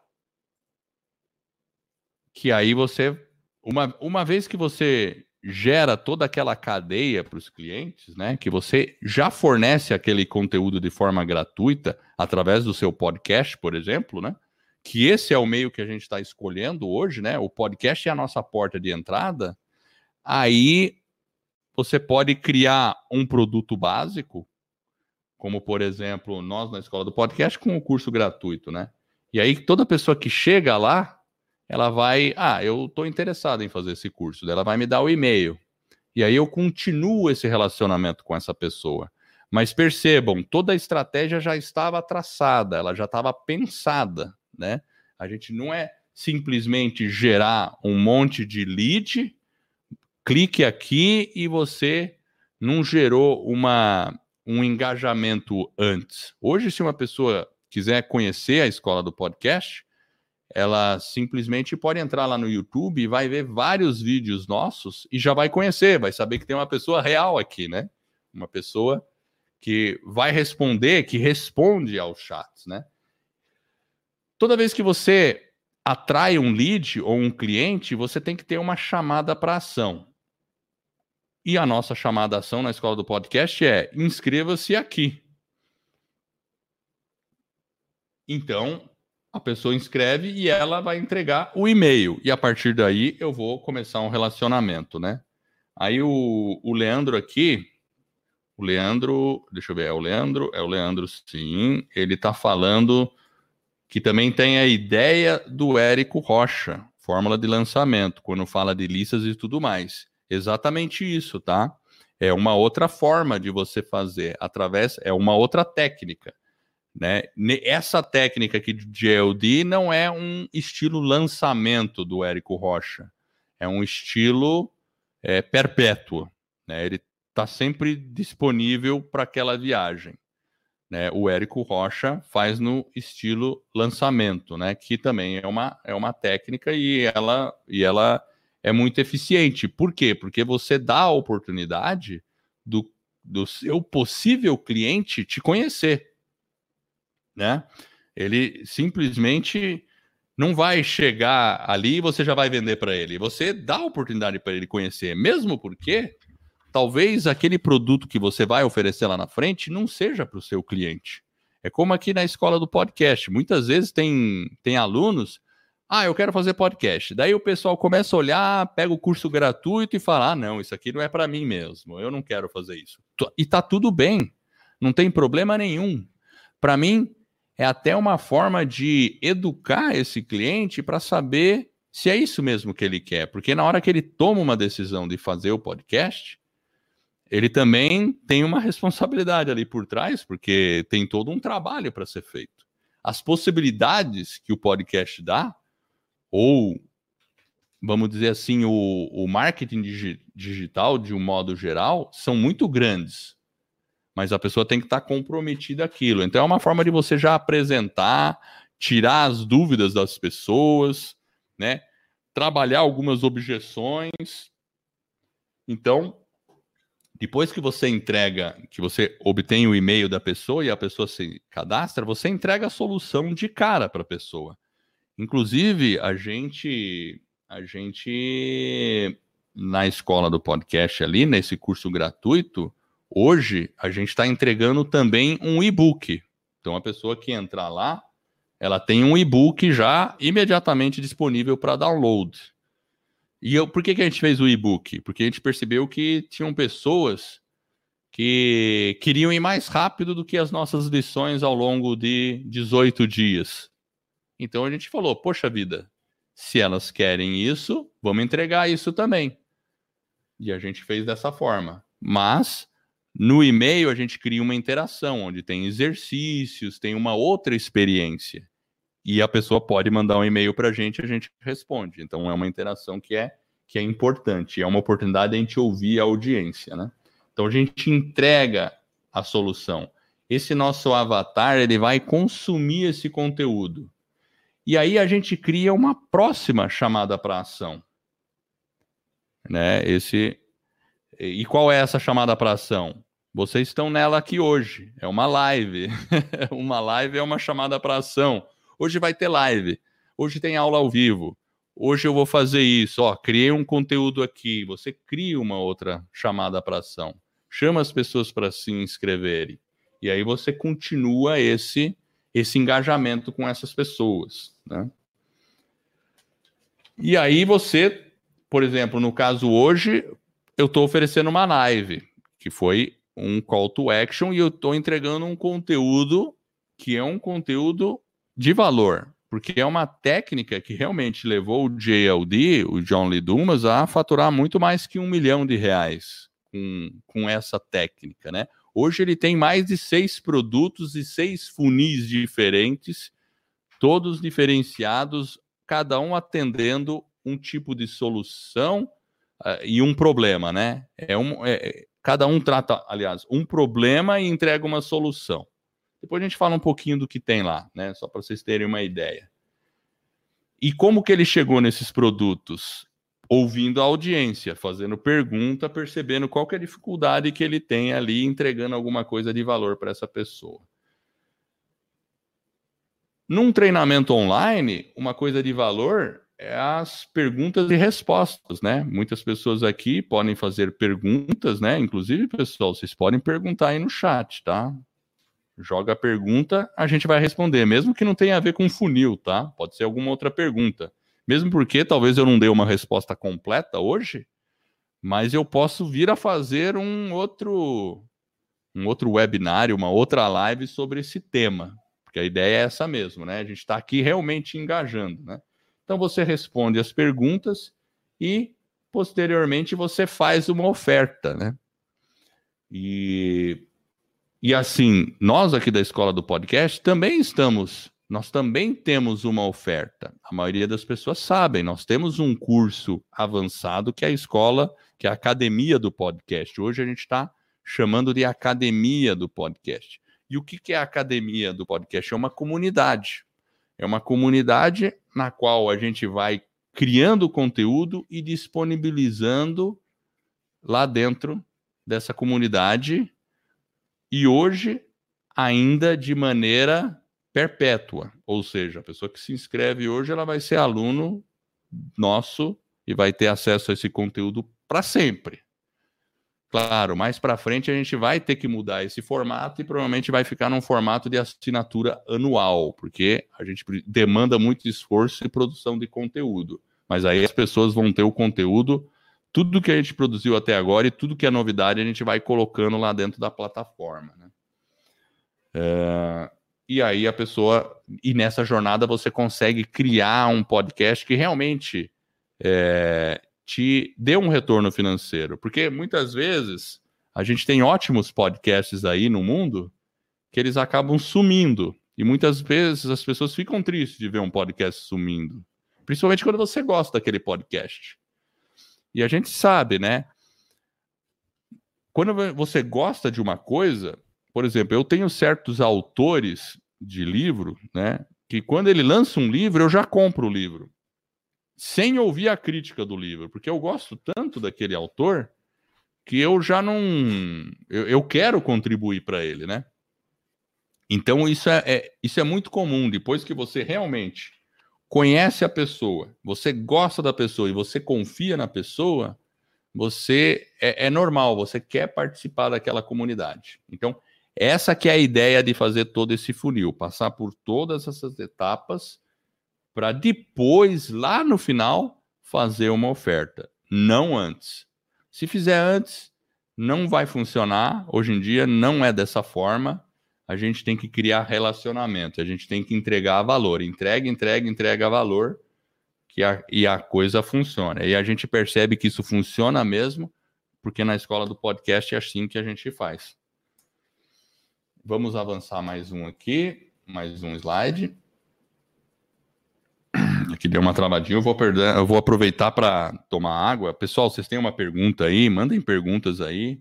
Que aí você... Uma, uma vez que você gera toda aquela cadeia para os clientes, né, que você já fornece aquele conteúdo de forma gratuita, através do seu podcast, por exemplo, né, que esse é o meio que a gente está escolhendo hoje, né, o podcast é a nossa porta de entrada, aí você pode criar um produto básico, como, por exemplo, nós na Escola do Podcast, com o curso gratuito, né, e aí toda pessoa que chega lá, ela vai, ah, eu estou interessado em fazer esse curso, ela vai me dar o e-mail, e aí eu continuo esse relacionamento com essa pessoa. Mas percebam, toda a estratégia já estava traçada, ela já estava pensada, né? A gente não é simplesmente gerar um monte de lead, clique aqui e você não gerou uma, um engajamento antes. Hoje, se uma pessoa quiser conhecer a Escola do Podcast, ela simplesmente pode entrar lá no YouTube e vai ver vários vídeos nossos e já vai conhecer, vai saber que tem uma pessoa real aqui, né? Uma pessoa que vai responder, que responde aos chats, né? Toda vez que você atrai um lead ou um cliente, você tem que ter uma chamada para ação. E a nossa chamada à ação na Escola do Podcast é: inscreva-se aqui. Então, a pessoa inscreve e ela vai entregar o e-mail. E a partir daí eu vou começar um relacionamento, né? Aí o, o Leandro aqui, o Leandro, deixa eu ver, é o Leandro? É o Leandro, sim. Ele tá falando que também tem a ideia do Érico Rocha, fórmula de lançamento, quando fala de listas e tudo mais. Exatamente isso, tá? É uma outra forma de você fazer, através, é uma outra técnica. Né? Essa técnica aqui de G L D não é um estilo lançamento do Érico Rocha, é um estilo é, perpétuo, né? Ele está sempre disponível para aquela viagem, né? O Érico Rocha faz no estilo lançamento, né? Que também é uma, é uma técnica e ela, e ela é muito eficiente. Por quê? Porque você dá a oportunidade do, do seu possível cliente te conhecer. Né? Ele simplesmente não vai chegar ali e você já vai vender para ele. Você dá a oportunidade para ele conhecer, mesmo porque talvez aquele produto que você vai oferecer lá na frente não seja para o seu cliente. É como aqui na Escola do Podcast. Muitas vezes tem, tem alunos, ah, eu quero fazer podcast. Daí o pessoal começa a olhar, pega o curso gratuito e fala, ah, não, isso aqui não é para mim mesmo, eu não quero fazer isso. E tá tudo bem, não tem problema nenhum. Para mim, é até uma forma de educar esse cliente para saber se é isso mesmo que ele quer. Porque na hora que ele toma uma decisão de fazer o podcast, ele também tem uma responsabilidade ali por trás, porque tem todo um trabalho para ser feito. As possibilidades que o podcast dá, ou, vamos dizer assim, o, o marketing digi- digital, de um modo geral, são muito grandes. mas a pessoa tem que estar comprometida aquilo. Então é uma forma de você já apresentar, tirar as dúvidas das pessoas, né? Trabalhar algumas objeções. Então, depois que você entrega, que você obtém o e-mail da pessoa e a pessoa se cadastra, você entrega a solução de cara para a pessoa. Inclusive, a gente, a gente, na escola do podcast ali, nesse curso gratuito, hoje a gente está entregando também um e-book. Então, a pessoa que entrar lá, ela tem um e-book já imediatamente disponível para download. E eu, por que, que a gente fez o e-book? Porque a gente percebeu que tinham pessoas que queriam ir mais rápido do que as nossas lições ao longo de dezoito dias. Então a gente falou, poxa vida, se elas querem isso, vamos entregar isso também. E a gente fez dessa forma. Mas no e-mail a gente cria uma interação, onde tem exercícios, tem uma outra experiência. E a pessoa pode mandar um e-mail para a gente e a gente responde. Então é uma interação que é, que é importante. É uma oportunidade de a gente ouvir a audiência, né? Então a gente entrega a solução. Esse nosso avatar, ele vai consumir esse conteúdo. E aí a gente cria uma próxima chamada para ação. Né? Esse... E qual é essa chamada para ação? Vocês estão nela aqui hoje. É uma live. Uma live é uma chamada para ação. Hoje vai ter live. Hoje tem aula ao vivo. Hoje eu vou fazer isso. Ó, criei um conteúdo aqui. Você cria uma outra chamada para ação. Chama as pessoas para se inscreverem. E aí você continua esse... esse engajamento com essas pessoas, né? E aí você, por exemplo, no caso hoje, eu estou oferecendo uma live, que foi um call to action, e eu estou entregando um conteúdo que é um conteúdo de valor, porque é uma técnica que realmente levou o J L D, o John Lee Dumas, a faturar muito mais que um milhão de reais com, com essa técnica, né? Hoje ele tem mais de seis produtos e seis funis diferentes, todos diferenciados, cada um atendendo um tipo de solução uh, e um problema, né? É um, é, cada um trata, aliás, um problema e entrega uma solução. Depois a gente fala um pouquinho do que tem lá, né? Só para vocês terem uma ideia. E como que ele chegou nesses produtos? Ouvindo a audiência, fazendo pergunta, percebendo qual que é a dificuldade que ele tem ali, entregando alguma coisa de valor para essa pessoa. Num treinamento online, uma coisa de valor é as perguntas e respostas, né? Muitas pessoas aqui podem fazer perguntas, né? Inclusive, pessoal, vocês podem perguntar aí no chat, tá? Joga a pergunta, a gente vai responder, mesmo que não tenha a ver com funil, tá? Pode ser alguma outra pergunta. Mesmo porque talvez eu não dê uma resposta completa hoje, mas eu posso vir a fazer um outro, um outro webinário, uma outra live sobre esse tema, porque a ideia é essa mesmo, né? A gente está aqui realmente engajando, né? Então você responde as perguntas e, posteriormente, você faz uma oferta, né? E, e assim, nós aqui da Escola do Podcast também estamos... Nós também temos uma oferta. A maioria das pessoas sabem. Nós temos um curso avançado que é a escola, que é a Academia do Podcast. Hoje a gente está chamando de Academia do Podcast. E o que é a Academia do Podcast? É uma comunidade. É uma comunidade na qual a gente vai criando conteúdo e disponibilizando lá dentro dessa comunidade. E hoje, ainda de maneira... perpétua, ou seja, a pessoa que se inscreve hoje, ela vai ser aluno nosso e vai ter acesso a esse conteúdo para sempre. Claro, mais para frente a gente vai ter que mudar esse formato e provavelmente vai ficar num formato de assinatura anual, porque a gente demanda muito esforço e produção de conteúdo. Mas aí as pessoas vão ter o conteúdo, tudo que a gente produziu até agora e tudo que é novidade a gente vai colocando lá dentro da plataforma, né? É... E aí a pessoa, e nessa jornada você consegue criar um podcast que realmente é, te dê um retorno financeiro. Porque muitas vezes a gente tem ótimos podcasts aí no mundo que eles acabam sumindo. E muitas vezes as pessoas ficam tristes de ver um podcast sumindo. Principalmente quando você gosta daquele podcast. E a gente sabe, né? Quando você gosta de uma coisa... por exemplo, eu tenho certos autores de livro, né, que quando ele lança um livro, eu já compro o livro, sem ouvir a crítica do livro, porque eu gosto tanto daquele autor que eu já não... Eu, eu quero contribuir para ele, né? Então, isso é, é, isso é muito comum. Depois que você realmente conhece a pessoa, você gosta da pessoa e você confia na pessoa, você é, é normal, você quer participar daquela comunidade. Então, essa que é a ideia de fazer todo esse funil, passar por todas essas etapas para depois, lá no final, fazer uma oferta. Não antes. Se fizer antes, não vai funcionar. Hoje em dia, não é dessa forma. A gente tem que criar relacionamento, a gente tem que entregar valor. Entrega, entrega, entrega valor, que a, e a coisa funciona. E a gente percebe que isso funciona mesmo, porque na escola do podcast é assim que a gente faz. Vamos avançar mais um aqui, mais um slide. Aqui deu uma travadinha, eu vou, perder, eu vou aproveitar para tomar água. Pessoal, vocês têm uma pergunta aí? Mandem perguntas aí.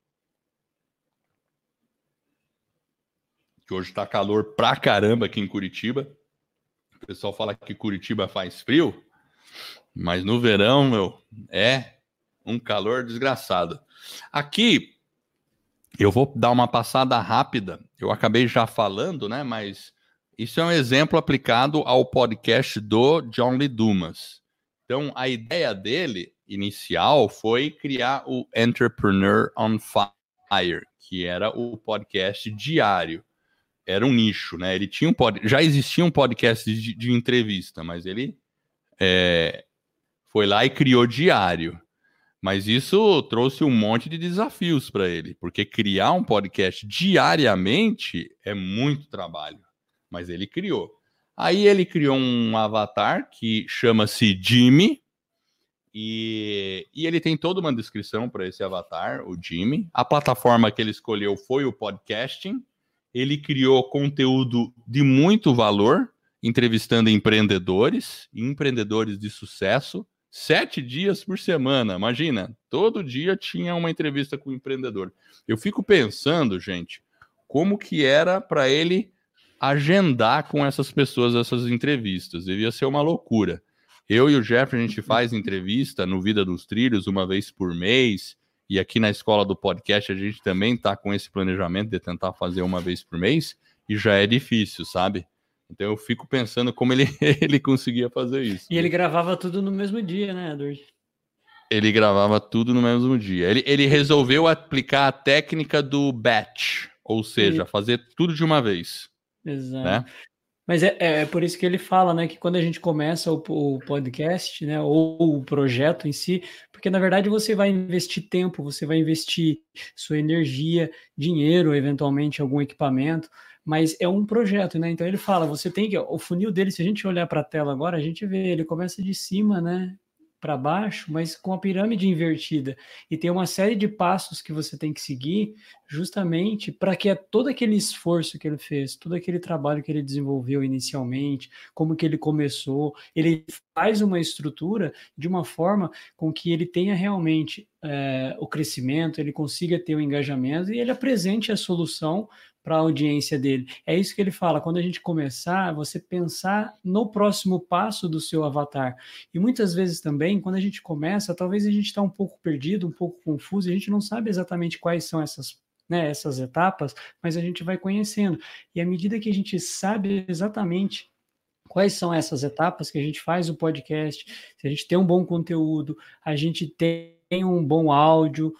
Que hoje está calor pra caramba aqui em Curitiba. O pessoal fala que Curitiba faz frio, mas no verão, meu, é um calor desgraçado. Aqui, eu vou dar uma passada rápida. Eu acabei já falando, né? Mas isso é um exemplo aplicado ao podcast do John Lee Dumas. Então, a ideia dele, inicial, foi criar o Entrepreneur on Fire, que era o podcast diário. Era um nicho, né? Ele tinha um pod... Já existia um podcast de, de entrevista, mas ele é, foi lá e criou diário. Mas isso trouxe um monte de desafios para ele, porque criar um podcast diariamente é muito trabalho. Mas ele criou. Aí ele criou um avatar que chama-se Jimmy, e, e ele tem toda uma descrição para esse avatar, o Jimmy. A plataforma que ele escolheu foi o podcasting. Ele criou conteúdo de muito valor, entrevistando empreendedores, empreendedores de sucesso, sete dias por semana. Imagina, todo dia tinha uma entrevista com um empreendedor. Eu fico pensando, gente, como que era para ele agendar com essas pessoas essas entrevistas. Devia ser uma loucura. Eu e o Jeff, a gente faz entrevista no Vida dos Trilhos uma vez por mês. E aqui na escola do podcast a gente também está com esse planejamento de tentar fazer uma vez por mês, e já é difícil, sabe? Então eu fico pensando como ele, ele conseguia fazer isso. E ele gravava tudo no mesmo dia, né, Edward? Ele gravava tudo no mesmo dia. Ele, ele resolveu aplicar a técnica do batch, ou seja, fazer tudo de uma vez. Exato. Né? Mas é, é por isso que ele fala, né, que quando a gente começa o, o podcast, né, ou o projeto em si, porque na verdade você vai investir tempo, você vai investir sua energia, dinheiro, eventualmente algum equipamento, mas é um projeto, né? Então ele fala, você tem que, o funil dele, se a gente olhar para a tela agora, a gente vê, ele começa de cima, né, para baixo, mas com a pirâmide invertida, e tem uma série de passos que você tem que seguir justamente para que todo aquele esforço que ele fez, todo aquele trabalho que ele desenvolveu inicialmente, como que ele começou, ele faz uma estrutura de uma forma com que ele tenha realmente é, o crescimento, ele consiga ter o engajamento e ele apresente a solução para a audiência dele. É isso que ele fala, quando a gente começar, você pensar no próximo passo do seu avatar. E muitas vezes também, quando a gente começa, talvez a gente está um pouco perdido, um pouco confuso, a gente não sabe exatamente quais são essas, né, essas etapas, mas a gente vai conhecendo. E à medida que a gente sabe exatamente quais são essas etapas, que a gente faz o podcast, se a gente tem um bom conteúdo, a gente tem um bom áudio,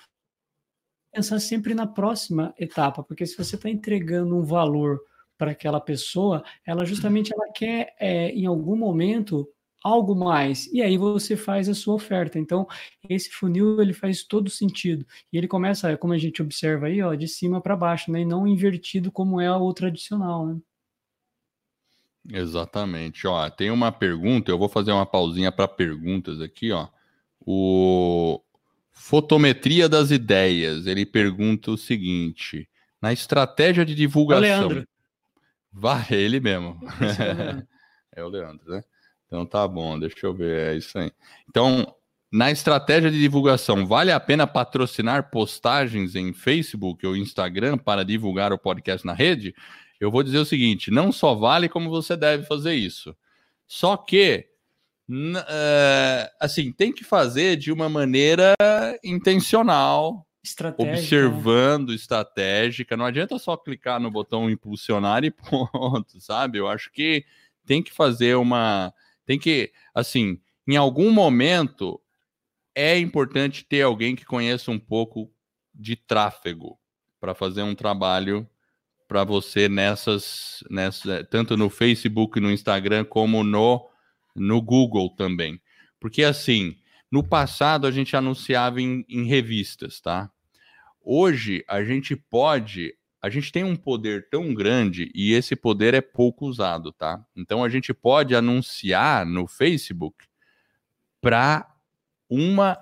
pensar sempre na próxima etapa, porque se você está entregando um valor para aquela pessoa, ela justamente ela quer, é, em algum momento, algo mais, e aí você faz a sua oferta. Então, esse funil, ele faz todo sentido, e ele começa, como a gente observa aí, ó, de cima para baixo, né, e não invertido como é o tradicional, né? Exatamente. Ó, tem uma pergunta, eu vou fazer uma pausinha para perguntas aqui, ó. O Fotometria das Ideias, ele pergunta o seguinte: na estratégia de divulgação. É o Leandro. Vai, ele mesmo. É o Leandro. É o Leandro, né? Então tá bom, deixa eu ver, é isso aí. Então, na estratégia de divulgação, vale a pena patrocinar postagens em Facebook ou Instagram para divulgar o podcast na rede? Eu vou dizer o seguinte, não só vale como você deve fazer isso. Só que, uh, assim, tem que fazer de uma maneira intencional, observando, estratégica. Não adianta só clicar no botão impulsionar e ponto, sabe? Eu acho que tem que fazer uma... Tem que, assim, em algum momento, é importante ter alguém que conheça um pouco de tráfego para fazer um trabalho para você nessas, nessas, tanto no Facebook, no Instagram, como no, no Google também. Porque, assim, no passado a gente anunciava em, em revistas, tá? Hoje a gente pode, a gente tem um poder tão grande e esse poder é pouco usado, tá? Então a gente pode anunciar no Facebook para uma,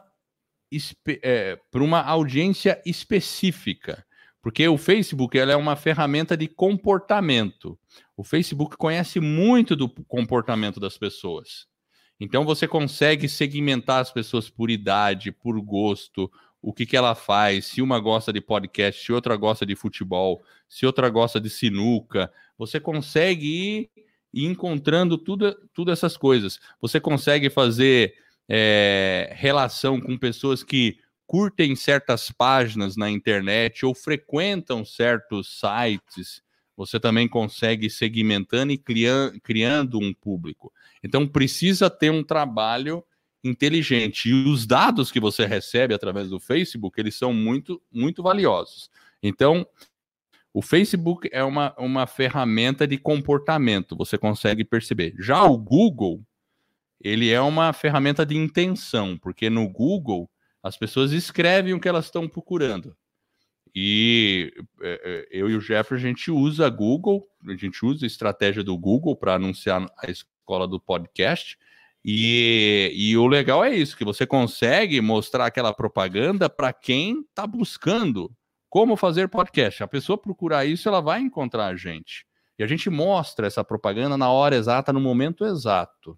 é, para uma audiência específica. Porque o Facebook ela é uma ferramenta de comportamento. O Facebook conhece muito do comportamento das pessoas. Então você consegue segmentar as pessoas por idade, por gosto, o que, que ela faz, se uma gosta de podcast, se outra gosta de futebol, se outra gosta de sinuca. Você consegue ir, ir encontrando tudo, tudo essas coisas. Você consegue fazer é, relação com pessoas que curtem certas páginas na internet ou frequentam certos sites, você também consegue ir segmentando e criando, criando um público. Então, precisa ter um trabalho inteligente. E os dados que você recebe através do Facebook, eles são muito, muito valiosos. Então, o Facebook é uma, uma ferramenta de comportamento, você consegue perceber. Já o Google, ele é uma ferramenta de intenção, porque no Google as pessoas escrevem o que elas estão procurando. E é, eu e o Jeffrey, a gente usa Google, a gente usa a estratégia do Google para anunciar a escola do podcast. E, e o legal é isso, que você consegue mostrar aquela propaganda para quem está buscando como fazer podcast. A pessoa procurar isso, ela vai encontrar a gente. E a gente mostra essa propaganda na hora exata, no momento exato.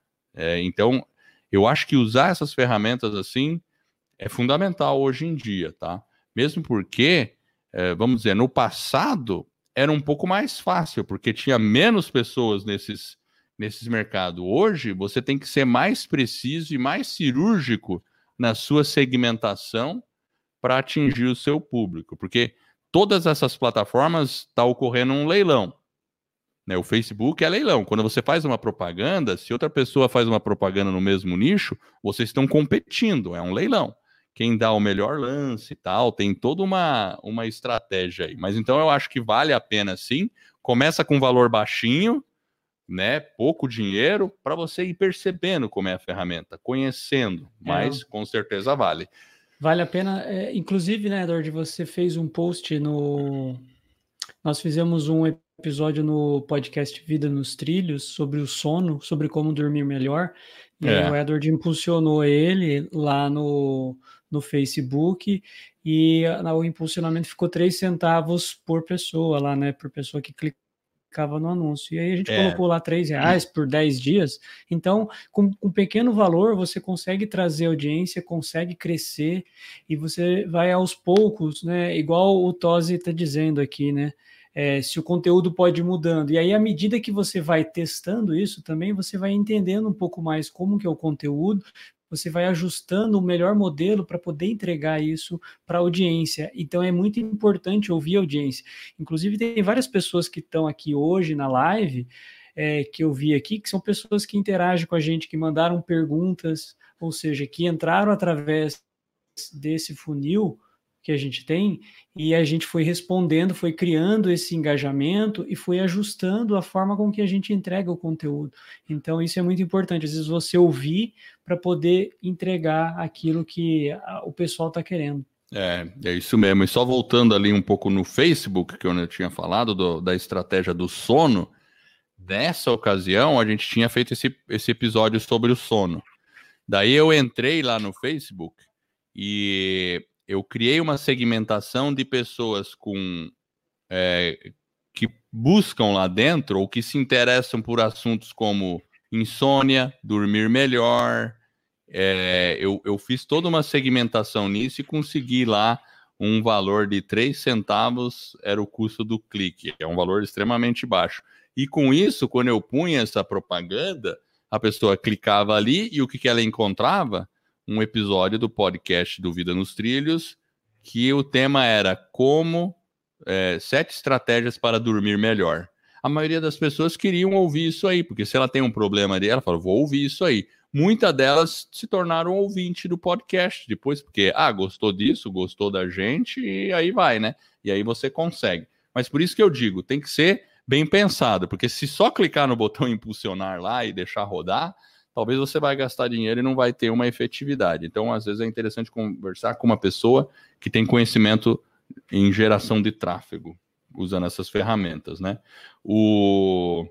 É, então, eu acho que usar essas ferramentas assim é fundamental hoje em dia, tá? Mesmo porque, é, vamos dizer, no passado era um pouco mais fácil, porque tinha menos pessoas nesses, nesses mercados. Hoje, você tem que ser mais preciso e mais cirúrgico na sua segmentação para atingir o seu público, porque todas essas plataformas está ocorrendo um leilão. Né? O Facebook é leilão. Quando você faz uma propaganda, se outra pessoa faz uma propaganda no mesmo nicho, vocês estão competindo, é um leilão. Quem dá o melhor lance e tal, tem toda uma, uma estratégia aí. Mas então eu acho que vale a pena sim. Começa com valor baixinho, né? Pouco dinheiro, para você ir percebendo como é a ferramenta, conhecendo, mas é. Com certeza vale. Vale a pena, é, inclusive, né, Edward, você fez um post no... Nós fizemos um episódio no podcast Vida nos Trilhos sobre o sono, sobre como dormir melhor. E é. aí o Edward impulsionou ele lá no, no Facebook e o impulsionamento ficou três centavos por pessoa lá, né? Por pessoa que clicava no anúncio. E aí a gente é. colocou lá três reais por dez dias. Então, com um pequeno valor, você consegue trazer audiência, consegue crescer e você vai aos poucos, né? Igual o Tosi está dizendo aqui, né? É, se o conteúdo pode ir mudando. E aí, à medida que você vai testando isso também, você vai entendendo um pouco mais como que é o conteúdo, você vai ajustando o melhor modelo para poder entregar isso para a audiência. Então, é muito importante ouvir a audiência. Inclusive, tem várias pessoas que estão aqui hoje na live, é, que eu vi aqui, que são pessoas que interagem com a gente, que mandaram perguntas, ou seja, que entraram através desse funil que a gente tem, e a gente foi respondendo, foi criando esse engajamento e foi ajustando a forma com que a gente entrega o conteúdo. Então, isso é muito importante. Às vezes, você ouvir para poder entregar aquilo que a, o pessoal está querendo. É, é isso mesmo. E só voltando ali um pouco no Facebook, que eu tinha falado do, da estratégia do sono, nessa ocasião, a gente tinha feito esse, esse episódio sobre o sono. Daí eu entrei lá no Facebook e eu criei uma segmentação de pessoas com, é, que buscam lá dentro ou que se interessam por assuntos como insônia, dormir melhor, é, eu, eu fiz toda uma segmentação nisso e consegui lá um valor de três centavos era o custo do clique, é um valor extremamente baixo. E com isso, quando eu punha essa propaganda, a pessoa clicava ali e o que, que ela encontrava? Um episódio do podcast do Vida nos Trilhos, que o tema era como é, sete estratégias para dormir melhor. A maioria das pessoas queriam ouvir isso aí, porque se ela tem um problema ali, ela fala, vou ouvir isso aí. Muitas delas se tornaram ouvinte do podcast depois, porque, ah, gostou disso, gostou da gente, e aí vai, né? E aí você consegue. Mas por isso que eu digo, tem que ser bem pensado, porque se só clicar no botão impulsionar lá e deixar rodar, talvez você vai gastar dinheiro e não vai ter uma efetividade. Então, às vezes é interessante conversar com uma pessoa que tem conhecimento em geração de tráfego, usando essas ferramentas, né? O...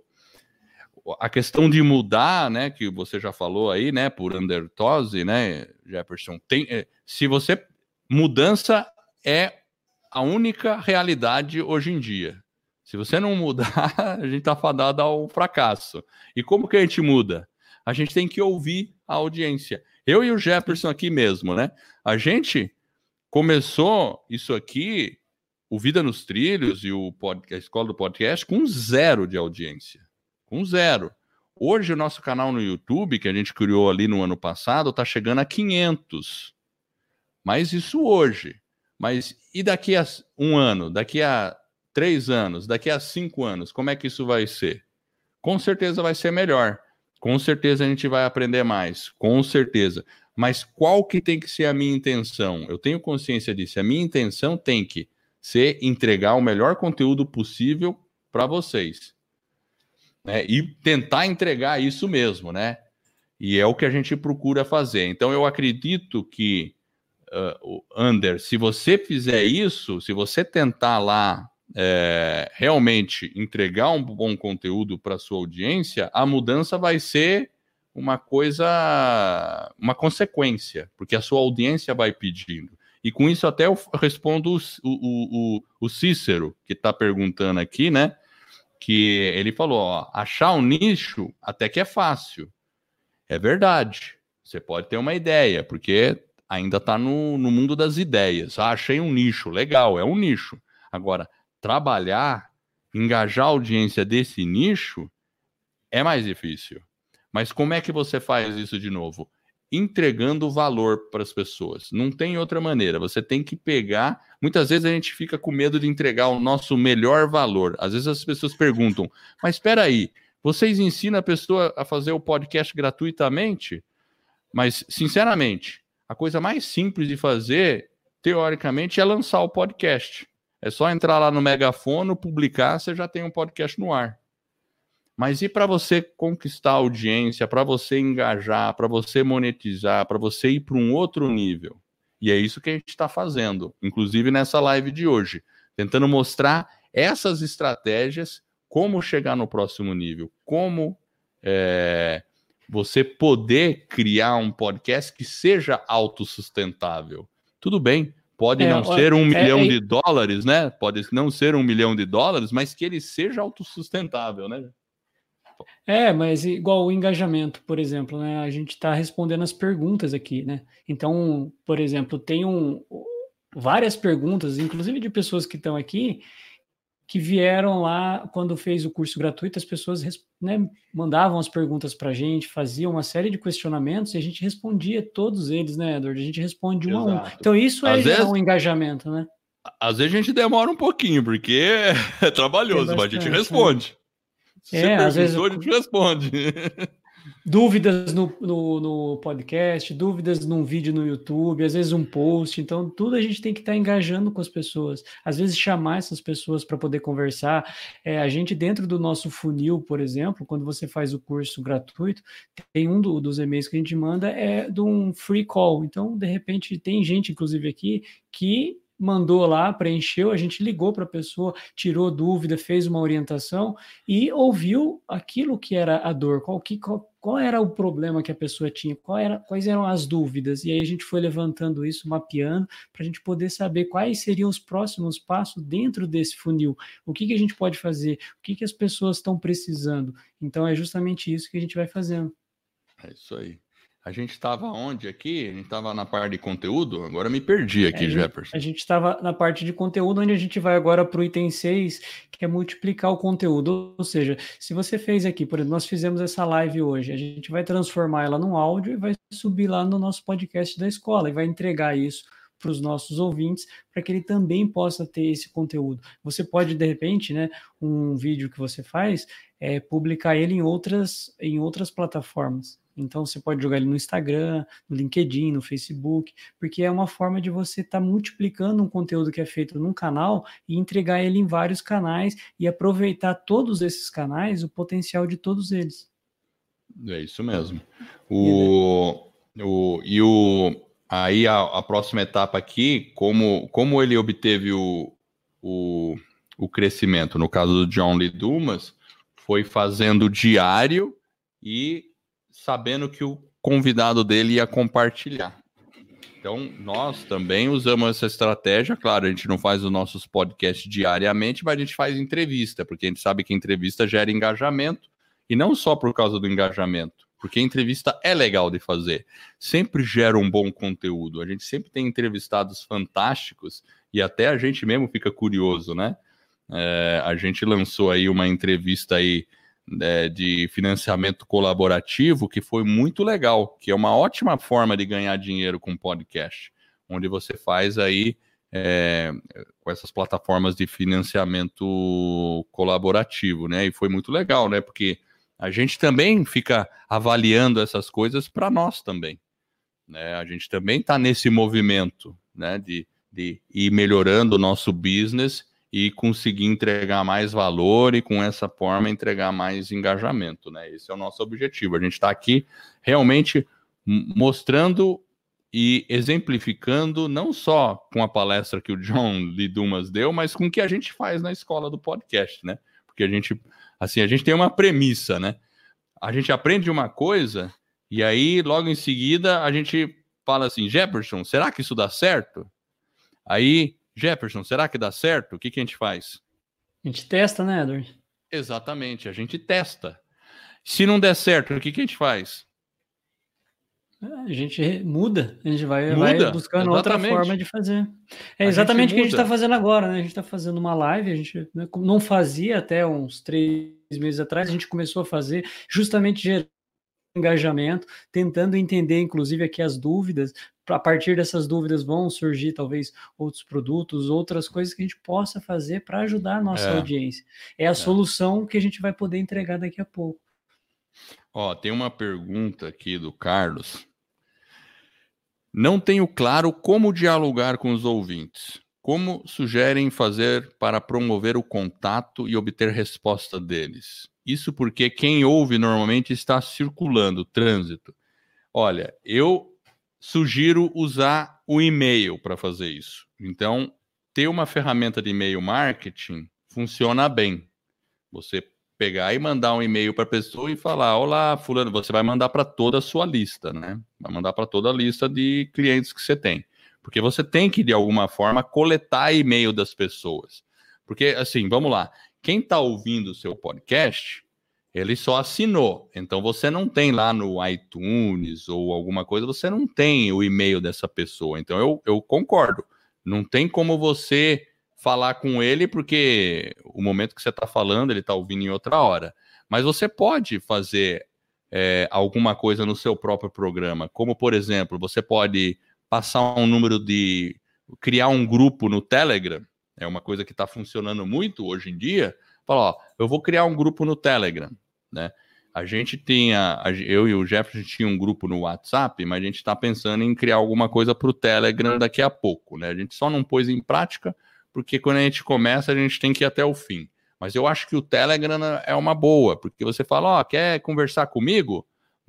A questão de mudar, né, que você já falou aí, né, por Undertose, né, Jefferson, tem, se você, mudança é a única realidade hoje em dia. Se você não mudar, a gente está fadado ao fracasso. E como que a gente muda? A gente tem que ouvir a audiência. Eu e o Jefferson aqui mesmo, né, a gente começou isso aqui, o Vida nos Trilhos e o pod, a Escola do Podcast, com zero de audiência. Com zero. Hoje o nosso canal no YouTube, que a gente criou ali no ano passado, está chegando a quinhentos. Mas isso hoje. Mas e daqui a um ano, daqui a três anos, daqui a cinco anos, como é que isso vai ser? Com certeza vai ser melhor. Com certeza a gente vai aprender mais. Com certeza. Mas qual que tem que ser a minha intenção? Eu tenho consciência disso. A minha intenção tem que ser entregar o melhor conteúdo possível para vocês. Né, e tentar entregar isso mesmo, né? E é o que a gente procura fazer. Então, eu acredito que, uh, Ander, se você fizer isso, se você tentar lá é, realmente entregar um bom conteúdo para a sua audiência, a mudança vai ser uma coisa, uma consequência, porque a sua audiência vai pedindo. E com isso até eu respondo o, o, o, o Cícero, que está perguntando aqui, né? Que ele falou, ó, achar um nicho até que é fácil. É verdade. Você pode ter uma ideia, porque ainda está no, no mundo das ideias. Ah, achei um nicho, legal, é um nicho. Agora, trabalhar, engajar a audiência desse nicho é mais difícil. Mas como é que você faz isso de novo? Entregando valor para as pessoas. Não tem outra maneira. Você tem que pegar... Muitas vezes a gente fica com medo de entregar o nosso melhor valor. Às vezes as pessoas perguntam, mas espera aí, vocês ensinam a pessoa a fazer o podcast gratuitamente? Mas, sinceramente, a coisa mais simples de fazer, teoricamente, é lançar o podcast. É só entrar lá no Megafono, publicar, você já tem um podcast no ar. Mas e para você conquistar a audiência, para você engajar, para você monetizar, para você ir para um outro nível? E é isso que a gente está fazendo, inclusive nessa live de hoje, tentando mostrar essas estratégias, como chegar no próximo nível, como é, você poder criar um podcast que seja autossustentável. Tudo bem, pode é, não ó, ser um é, milhão é... de dólares, né? Pode não ser um milhão de dólares, mas que ele seja autossustentável, né? É, mas igual o engajamento, por exemplo, né? A gente está respondendo as perguntas aqui, né? Então, por exemplo, tem um, várias perguntas, inclusive de pessoas que estão aqui, que vieram lá quando fez o curso gratuito, as pessoas, né, mandavam as perguntas para a gente, faziam uma série de questionamentos e a gente respondia todos eles, né, Edward? A gente responde um Exato. a um. Então, isso é gerar um engajamento, né? Às vezes a gente demora um pouquinho, porque é trabalhoso, é bastante, mas a gente responde. Né? Se é, às vezes a gente responde. Dúvidas no, no, no podcast, dúvidas num vídeo no YouTube, às vezes um post. Então, tudo a gente tem que estar tá engajando com as pessoas. Às vezes, chamar essas pessoas para poder conversar. É, a gente, dentro do nosso funil, por exemplo, quando você faz o curso gratuito, tem um do, dos e-mails que a gente manda é de um free call. Então, de repente, tem gente, inclusive aqui, que mandou lá, preencheu, a gente ligou para a pessoa, tirou dúvida, fez uma orientação e ouviu aquilo que era a dor, qual, que, qual, qual era o problema que a pessoa tinha, qual era, quais eram as dúvidas, e aí a gente foi levantando isso, mapeando, para a gente poder saber quais seriam os próximos passos dentro desse funil, o que, que a gente pode fazer, o que, que as pessoas estão precisando. Então é justamente isso que a gente vai fazendo. É isso aí. A gente estava onde aqui? A gente estava na parte de conteúdo? Agora me perdi aqui, É, Jefferson. A gente estava na parte de conteúdo, onde a gente vai agora para o item seis, que é multiplicar o conteúdo. Ou seja, se você fez aqui, por exemplo, nós fizemos essa live hoje, a gente vai transformar ela num áudio e vai subir lá no nosso podcast da escola e vai entregar isso para os nossos ouvintes, para que ele também possa ter esse conteúdo. Você pode, de repente, né, um vídeo que você faz, é, publicar ele em outras, em outras plataformas. Então, você pode jogar ele no Instagram, no LinkedIn, no Facebook, porque é uma forma de você estar tá multiplicando um conteúdo que é feito num canal e entregar ele em vários canais e aproveitar todos esses canais, o potencial de todos eles. É isso mesmo. O, o, e o, aí a, a próxima etapa aqui, como, como ele obteve o, o, o crescimento, no caso do John Lee Dumas, foi fazendo diário e sabendo que o convidado dele ia compartilhar. Então, nós também usamos essa estratégia. Claro, a gente não faz os nossos podcasts diariamente, mas a gente faz entrevista, porque a gente sabe que entrevista gera engajamento, e não só por causa do engajamento, porque a entrevista é legal de fazer, sempre gera um bom conteúdo. A gente sempre tem entrevistados fantásticos, e até a gente mesmo fica curioso, né? É, a gente lançou aí uma entrevista aí, É, de financiamento colaborativo, que foi muito legal, que é uma ótima forma de ganhar dinheiro com podcast, onde você faz aí é, com essas plataformas de financiamento colaborativo, né? E foi muito legal, né? Porque a gente também fica avaliando essas coisas para nós também, né? A gente também está nesse movimento, né? De, de ir melhorando o nosso business e conseguir entregar mais valor e, com essa forma, entregar mais engajamento, né? Esse é o nosso objetivo. A gente está aqui realmente mostrando e exemplificando, não só com a palestra que o John Lee Dumas deu, mas com o que a gente faz na escola do podcast, né? Porque a gente, assim, a gente tem uma premissa, né? A gente aprende uma coisa e aí, logo em seguida, a gente fala assim, Jefferson, será que isso dá certo? Aí... Jefferson, será que dá certo? O que, que a gente faz? A gente testa, né, Edward? Exatamente, a gente testa. Se não der certo, o que, que a gente faz? A gente muda, a gente vai, muda, vai buscando exatamente. outra forma de fazer. É exatamente o que a gente está fazendo agora, né? A gente está fazendo uma live, a gente né, não fazia até uns três meses atrás, a gente começou a fazer justamente gerando engajamento, tentando entender, inclusive, aqui as dúvidas. A partir dessas dúvidas vão surgir, talvez, outros produtos, outras coisas que a gente possa fazer para ajudar a nossa é. audiência. É a é. solução que a gente vai poder entregar daqui a pouco. Ó, tem uma pergunta aqui do Carlos. Não tenho claro como dialogar com os ouvintes. Como sugerem fazer para promover o contato e obter resposta deles? Isso porque quem ouve normalmente está circulando, trânsito. Olha, eu sugiro usar o e-mail para fazer isso. Então, ter uma ferramenta de e-mail marketing funciona bem. Você pegar e mandar um e-mail para a pessoa e falar, olá, fulano, você vai mandar para toda a sua lista, né? Vai mandar para toda a lista de clientes que você tem. Porque você tem que, de alguma forma, coletar e-mail das pessoas. Porque, assim, vamos lá, quem está ouvindo o seu podcast, ele só assinou, então você não tem lá no iTunes ou alguma coisa, você não tem o e-mail dessa pessoa. Então eu, eu concordo, não tem como você falar com ele, porque o momento que você está falando, ele está ouvindo em outra hora. Mas você pode fazer é, alguma coisa no seu próprio programa, como, por exemplo, você pode passar um número de... criar um grupo no Telegram, é uma coisa que está funcionando muito hoje em dia. Fala, ó, eu vou criar um grupo no Telegram. Né? A gente tinha, eu e o Jefferson tinha um grupo no WhatsApp, mas a gente está pensando em criar alguma coisa para o Telegram daqui a pouco, né? A gente só não pôs em prática, porque quando a gente começa, a gente tem que ir até o fim. Mas eu acho que o Telegram é uma boa, porque você fala, ó, oh, quer conversar comigo?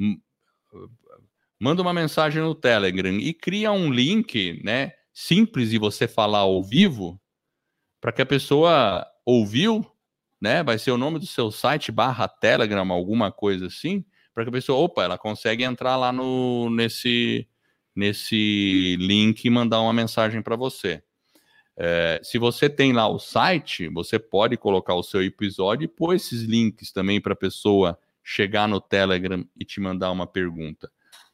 Manda uma mensagem no Telegram e cria um link, né, simples de você falar ao vivo, para que a pessoa ouviu, né? Vai ser o nome do seu site barra Telegram, alguma coisa assim, para que a pessoa, opa, ela consegue entrar lá no, nesse, nesse link e mandar uma mensagem para você. É, se você tem lá o site, você pode colocar o seu episódio e pôr esses links também para a pessoa chegar no Telegram e te mandar uma pergunta.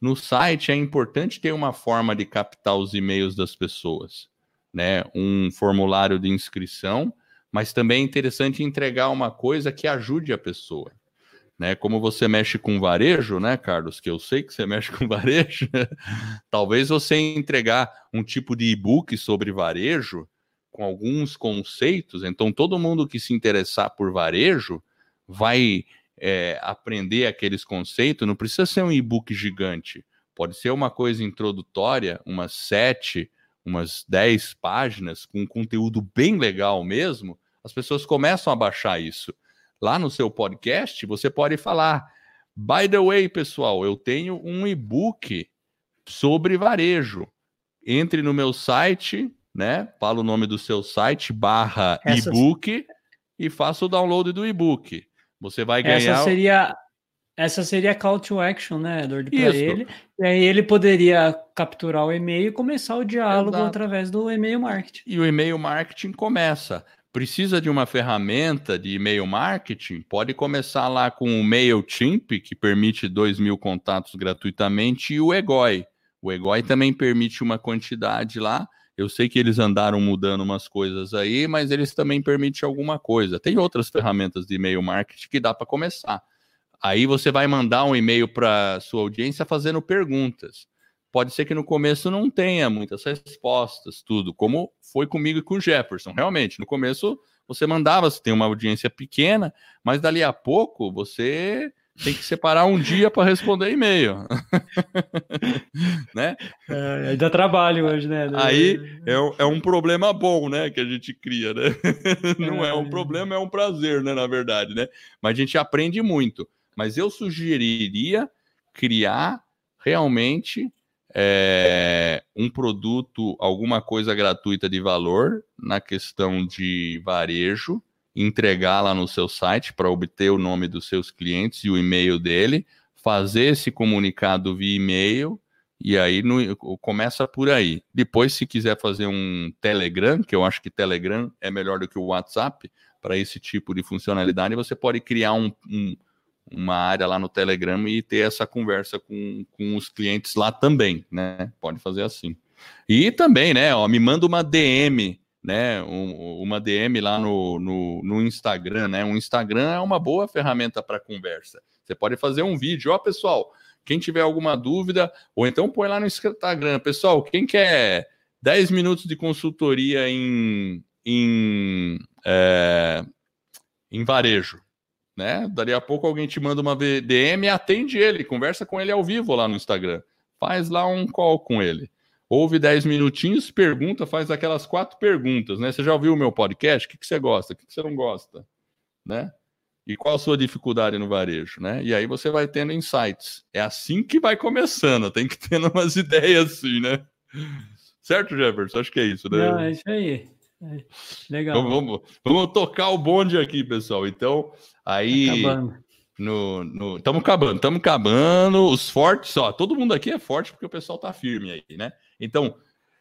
no site é importante ter uma forma de captar os e-mails das pessoas, né? Um formulário de inscrição, mas também é interessante entregar uma coisa que ajude a pessoa, né? Como você mexe com varejo, né, Carlos? Que eu sei que você mexe com varejo. Talvez você entregar um tipo de e-book sobre varejo com alguns conceitos. Então, todo mundo que se interessar por varejo vai é, aprender aqueles conceitos. Não precisa ser um e-book gigante. Pode ser uma coisa introdutória, umas sete, umas dez páginas, com um conteúdo bem legal mesmo. As pessoas começam a baixar isso. Lá no seu podcast, você pode falar, by the way, pessoal, eu tenho um e-book sobre varejo. Entre no meu site, né? Fala o nome do seu site, barra Essa... e-book, e faça o download do e-book. Você vai ganhar... Essa seria, essa seria a call to action, né, Eduardo, para Isso. ele. E aí ele poderia capturar o e-mail e começar o diálogo Exato. Através do e-mail marketing. E o e-mail marketing começa. Precisa de uma ferramenta de e-mail marketing? Pode começar lá com o MailChimp, que permite dois mil contatos gratuitamente, e o Egoi. O Egoi também permite uma quantidade lá. Eu sei que eles andaram mudando umas coisas aí, mas eles também permitem alguma coisa. Tem outras ferramentas de e-mail marketing que dá para começar. Aí você vai mandar um e-mail para sua audiência fazendo perguntas. Pode ser que no começo não tenha muitas respostas, tudo, como foi comigo e com o Jefferson. Realmente, no começo você mandava, você tem uma audiência pequena, mas dali a pouco você tem que separar um dia para responder e-mail. Né? É, aí dá trabalho hoje, né? Aí é, é um problema bom, né, que a gente cria, né? Não é um problema, é um prazer, né, na verdade, né? Mas a gente aprende muito. Mas eu sugeriria criar realmente... É, um produto, alguma coisa gratuita de valor na questão de varejo, entregar lá no seu site para obter o nome dos seus clientes e o e-mail dele, fazer esse comunicado via e-mail e aí no, começa por aí. Depois, se quiser fazer um Telegram, que eu acho que Telegram é melhor do que o WhatsApp para esse tipo de funcionalidade, você pode criar um, um uma área lá no Telegram e ter essa conversa com, com os clientes lá também, né? Pode fazer assim. E também, né? Ó, me manda uma D M, né? Um, uma D M lá no, no, no Instagram, né? O Instagram é uma boa ferramenta para conversa. Você pode fazer um vídeo. Ó, pessoal, quem tiver alguma dúvida, ou então põe lá no Instagram. Pessoal, quem quer dez minutos de consultoria em, em, é, em varejo? Né? Dali a pouco alguém te manda uma D M e atende ele, conversa com ele ao vivo lá no Instagram. Faz lá um call com ele. Ouve dez minutinhos, pergunta, faz aquelas quatro perguntas, né? Você já ouviu o meu podcast? O que, que você gosta? O que, que você não gosta? Né? E qual a sua dificuldade no varejo? Né? E aí você vai tendo insights. É assim que vai começando, tem que ter umas ideias assim, né? Certo, Jefferson? Acho que é isso, né? Não, é isso aí. É, legal. Vamos, vamos, vamos tocar o bonde aqui, pessoal. Então, aí... Acabando. No, no, tamo acabando, estamos acabando. Os fortes, ó, todo mundo aqui é forte porque o pessoal tá firme aí, né? Então,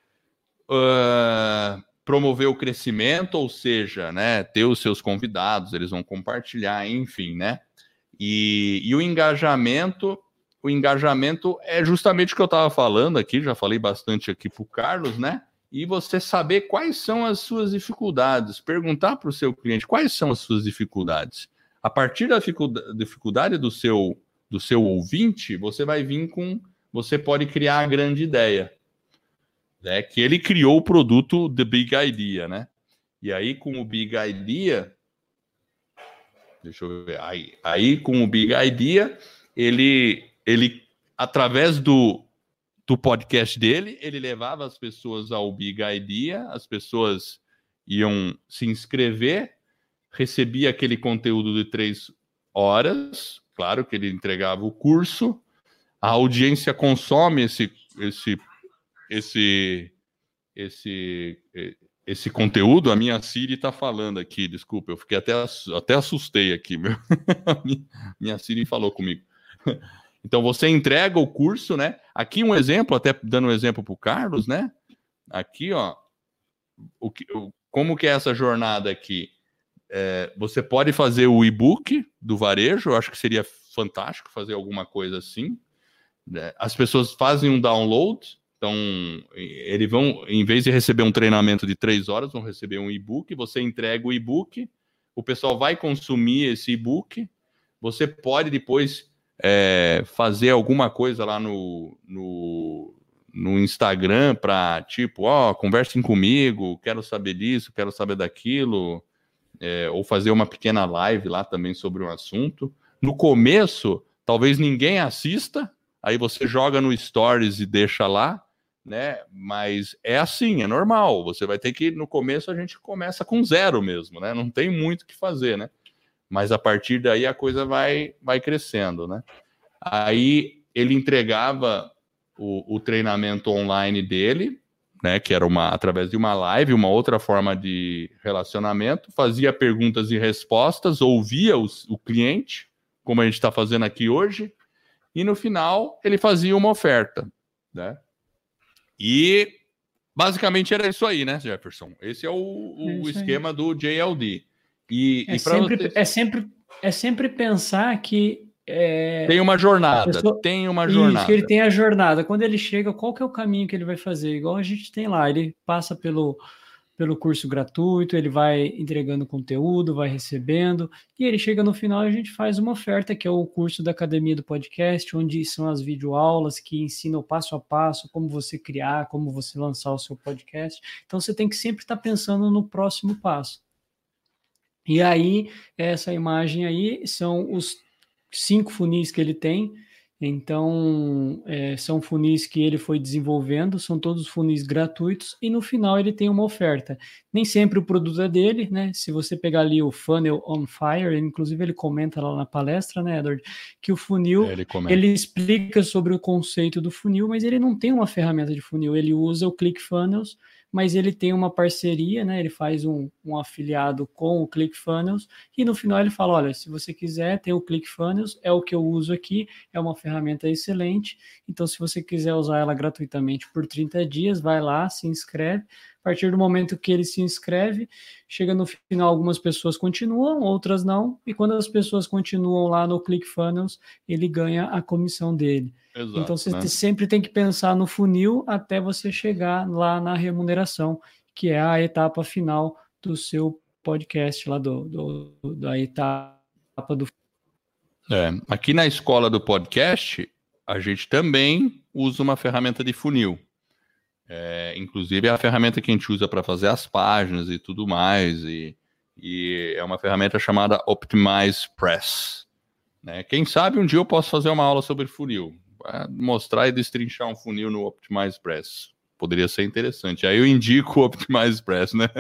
uh, promover o crescimento, ou seja, né, ter os seus convidados, eles vão compartilhar, enfim, né? E, e o engajamento, o engajamento é justamente o que eu estava falando aqui, já falei bastante aqui pro Carlos, né? E você saber quais são as suas dificuldades, perguntar para o seu cliente quais são as suas dificuldades. A partir da dificuldade do seu, do seu ouvinte, você vai vir com... Você pode criar a grande ideia. Né? Que ele criou o produto The Big Idea, né? E aí, com o Big Idea... Deixa eu ver. Aí, aí com o Big Idea, ele, ele através do, do podcast dele, ele levava as pessoas ao Big Idea, as pessoas iam se inscrever, recebia aquele conteúdo de três horas, claro que ele entregava o curso, a audiência consome esse, esse, esse, esse, esse conteúdo. A minha Siri está falando aqui, desculpa, eu fiquei até, até assustei aqui, meu. Minha Siri falou comigo. Então você entrega o curso, né? Aqui um exemplo, até dando um exemplo para o Carlos, né? Aqui, ó, o que, o, como que é essa jornada aqui? É, você pode fazer o e-book do varejo, eu acho que seria fantástico fazer alguma coisa assim. As pessoas fazem um download, então eles vão, em vez de receber um treinamento de três horas, vão receber um e-book, você entrega o e-book, o pessoal vai consumir esse e-book, você pode depois é, fazer alguma coisa lá no, no, no Instagram para, tipo, ó, conversem comigo, quero saber disso, quero saber daquilo, é, ou fazer uma pequena live lá também sobre um assunto. No começo, talvez ninguém assista, aí você joga no Stories e deixa lá, né? Mas é assim, é normal. Você vai ter que, no começo, a gente começa com zero mesmo, né? Não tem muito o que fazer, né? Mas a partir daí a coisa vai, vai crescendo, né? Aí ele entregava o, o treinamento online dele, né? Que era uma, através de uma live, uma outra forma de relacionamento, fazia perguntas e respostas, ouvia os, o cliente, como a gente está fazendo aqui hoje, e no final ele fazia uma oferta, né? E basicamente era isso aí, né, Jefferson? Esse é o, o é esquema aí. Do J L D. E, é, e sempre, vocês... é, sempre, é sempre pensar que... É, tem uma jornada, pessoa... tem uma jornada. Isso, que ele tem a jornada. Quando ele chega, qual que é o caminho que ele vai fazer? Igual a gente tem lá, ele passa pelo... pelo curso gratuito, ele vai entregando conteúdo, vai recebendo, e ele chega no final e a gente faz uma oferta, que é o curso da Academia do Podcast, onde são as videoaulas que ensinam o passo a passo, como você criar, como você lançar o seu podcast. Então, você tem que sempre estar pensando no próximo passo. E aí, essa imagem aí são os cinco funis que ele tem. Então, é, são funis que ele foi desenvolvendo, são todos funis gratuitos, e no final ele tem uma oferta. Nem sempre o produto é dele, né? Se você pegar ali o Funnel on Fire, inclusive ele comenta lá na palestra, né, Edward, que o funil, é, ele, ele explica sobre o conceito do funil, mas ele não tem uma ferramenta de funil, ele usa o ClickFunnels, mas ele tem uma parceria, né? Ele faz um, um afiliado com o ClickFunnels, e no final ele fala, olha, se você quiser, tem o ClickFunnels, é o que eu uso aqui, é uma ferramenta excelente, então se você quiser usar ela gratuitamente por trinta dias, vai lá, se inscreve. A partir do momento que ele se inscreve, chega no final, algumas pessoas continuam, outras não, e quando as pessoas continuam lá no ClickFunnels, ele ganha a comissão dele. Exato, então, você né? sempre tem que pensar no funil até você chegar lá na remuneração, que é a etapa final do seu podcast, lá do, do, da etapa do... É, aqui na escola do podcast, a gente também usa uma ferramenta de funil. É, inclusive, é a ferramenta que a gente usa para fazer as páginas e tudo mais, e, e é uma ferramenta chamada OptimizePress. Né? Quem sabe um dia eu posso fazer uma aula sobre funil. Mostrar e destrinchar um funil no OptimizePress. Poderia ser interessante. Aí eu indico o OptimizePress, né?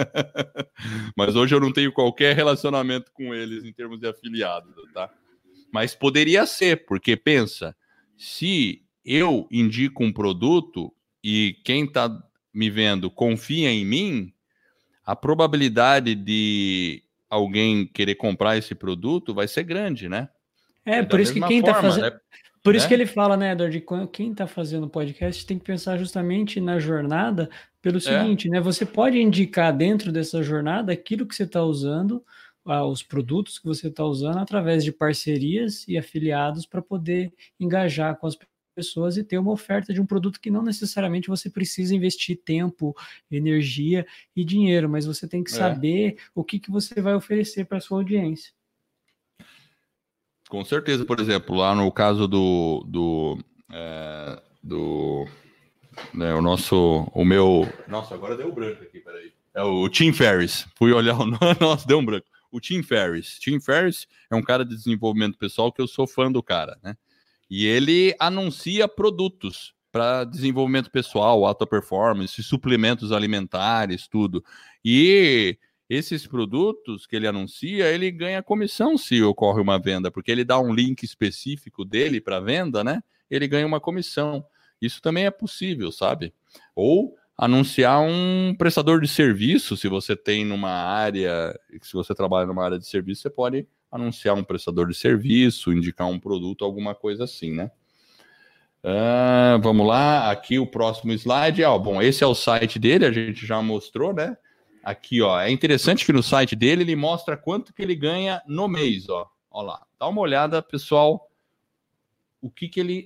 Mas hoje eu não tenho qualquer relacionamento com eles em termos de afiliado, tá? Mas poderia ser, porque pensa, se eu indico um produto e quem está me vendo confia em mim, a probabilidade de alguém querer comprar esse produto vai ser grande, né? É, é por isso que quem está fazendo... Né? Por isso né? que ele fala, né, Edward, quem está fazendo podcast tem que pensar justamente na jornada pelo seguinte, é. né? Você pode indicar dentro dessa jornada aquilo que você está usando, ah, os produtos que você está usando através de parcerias e afiliados para poder engajar com as pessoas e ter uma oferta de um produto que não necessariamente você precisa investir tempo, energia e dinheiro, mas você tem que saber é. o que, que você vai oferecer para a sua audiência. Com certeza, por exemplo, lá no caso do do, é, do né, o nosso, o meu, nossa, agora deu branco aqui, peraí, é o Tim Ferriss, fui olhar o nossa, deu um branco, o Tim Ferriss, Tim Ferriss é um cara de desenvolvimento pessoal que eu sou fã do cara, né, e ele anuncia produtos para desenvolvimento pessoal, alta performance, suplementos alimentares, tudo, e esses produtos que ele anuncia, ele ganha comissão se ocorre uma venda, porque ele dá um link específico dele para venda, né? Ele ganha uma comissão. Isso também é possível, sabe? Ou anunciar um prestador de serviço, se você tem numa área, se você trabalha numa área de serviço, você pode anunciar um prestador de serviço, indicar um produto, alguma coisa assim, né? Uh, vamos lá, aqui o próximo slide. Ah, bom, esse é o site dele, a gente já mostrou, né? Aqui, ó, é interessante que no site dele ele mostra quanto que ele ganha no mês, ó. Ó lá, dá uma olhada, pessoal, o que que ele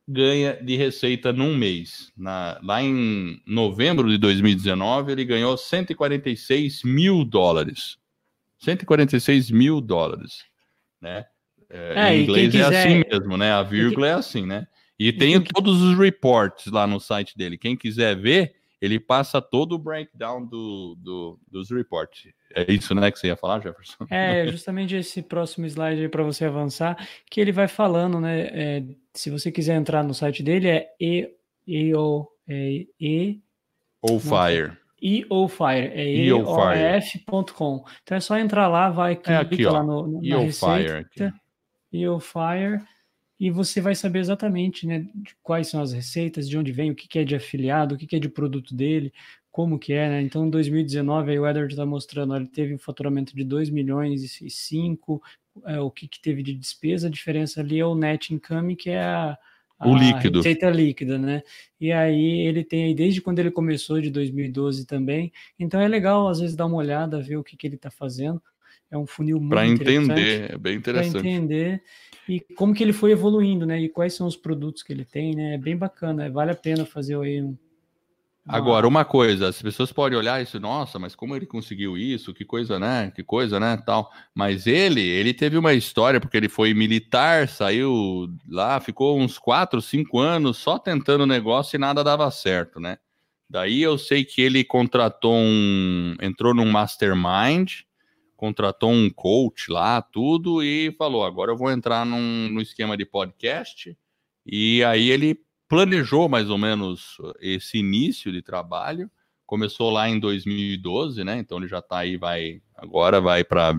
ganha de receita num mês? Na, lá em novembro de dois mil e dezenove, ele ganhou cento e quarenta e seis mil dólares. cento e quarenta e seis mil dólares, né? É, É, em e quem inglês é quiser. assim mesmo, né? A E vírgula que- é assim, né? E e tem quem que- todos os reports lá no site dele. Quem quiser ver, ele passa todo o breakdown do, do- dos reports. É isso, né, que você ia falar, Jefferson? É justamente esse próximo slide aí para você avançar, que ele vai falando, né? é, se você quiser entrar no site dele, é e, e, o, é, e Ou Nossa, Fire. EOFire, é EOFire. E O F ponto com. Então é só entrar lá, vai, É aqui, clica lá ó. no, no- na EOFire receita, aqui. EOFire, e você vai saber exatamente, né, de quais são as receitas, de onde vem, o que que é de afiliado, o que que é de produto dele, como que é, né? Então, em dois mil e dezenove, aí o Edward está mostrando, ó, ele teve um faturamento de dois milhões e cinco, é, o que que teve de despesa, a diferença ali é o net income, que é a, O a líquido. receita líquida, né? E aí ele tem aí desde quando ele começou, de dois mil e doze também. Então é legal, às vezes, dar uma olhada, ver o que que ele está fazendo. É um funil muito Para interessante entender, é bem para interessante. entender e como que ele foi evoluindo, né? E quais são os produtos que ele tem, né? É bem bacana, né? Vale a pena fazer aí um, Agora, uma... uma coisa, as pessoas podem olhar isso, nossa, mas como ele conseguiu isso? Que coisa, né? Que coisa, né? Tal. Mas ele, ele teve uma história, porque ele foi militar, saiu lá, ficou uns quatro, cinco anos só tentando negócio e nada dava certo, né? Daí eu sei que ele contratou um, entrou num mastermind, contratou um coach lá, tudo, e falou, agora eu vou entrar num, no esquema de podcast, e aí ele planejou mais ou menos esse início de trabalho. Começou lá em dois mil e doze, né? Então ele já está aí, vai agora vai para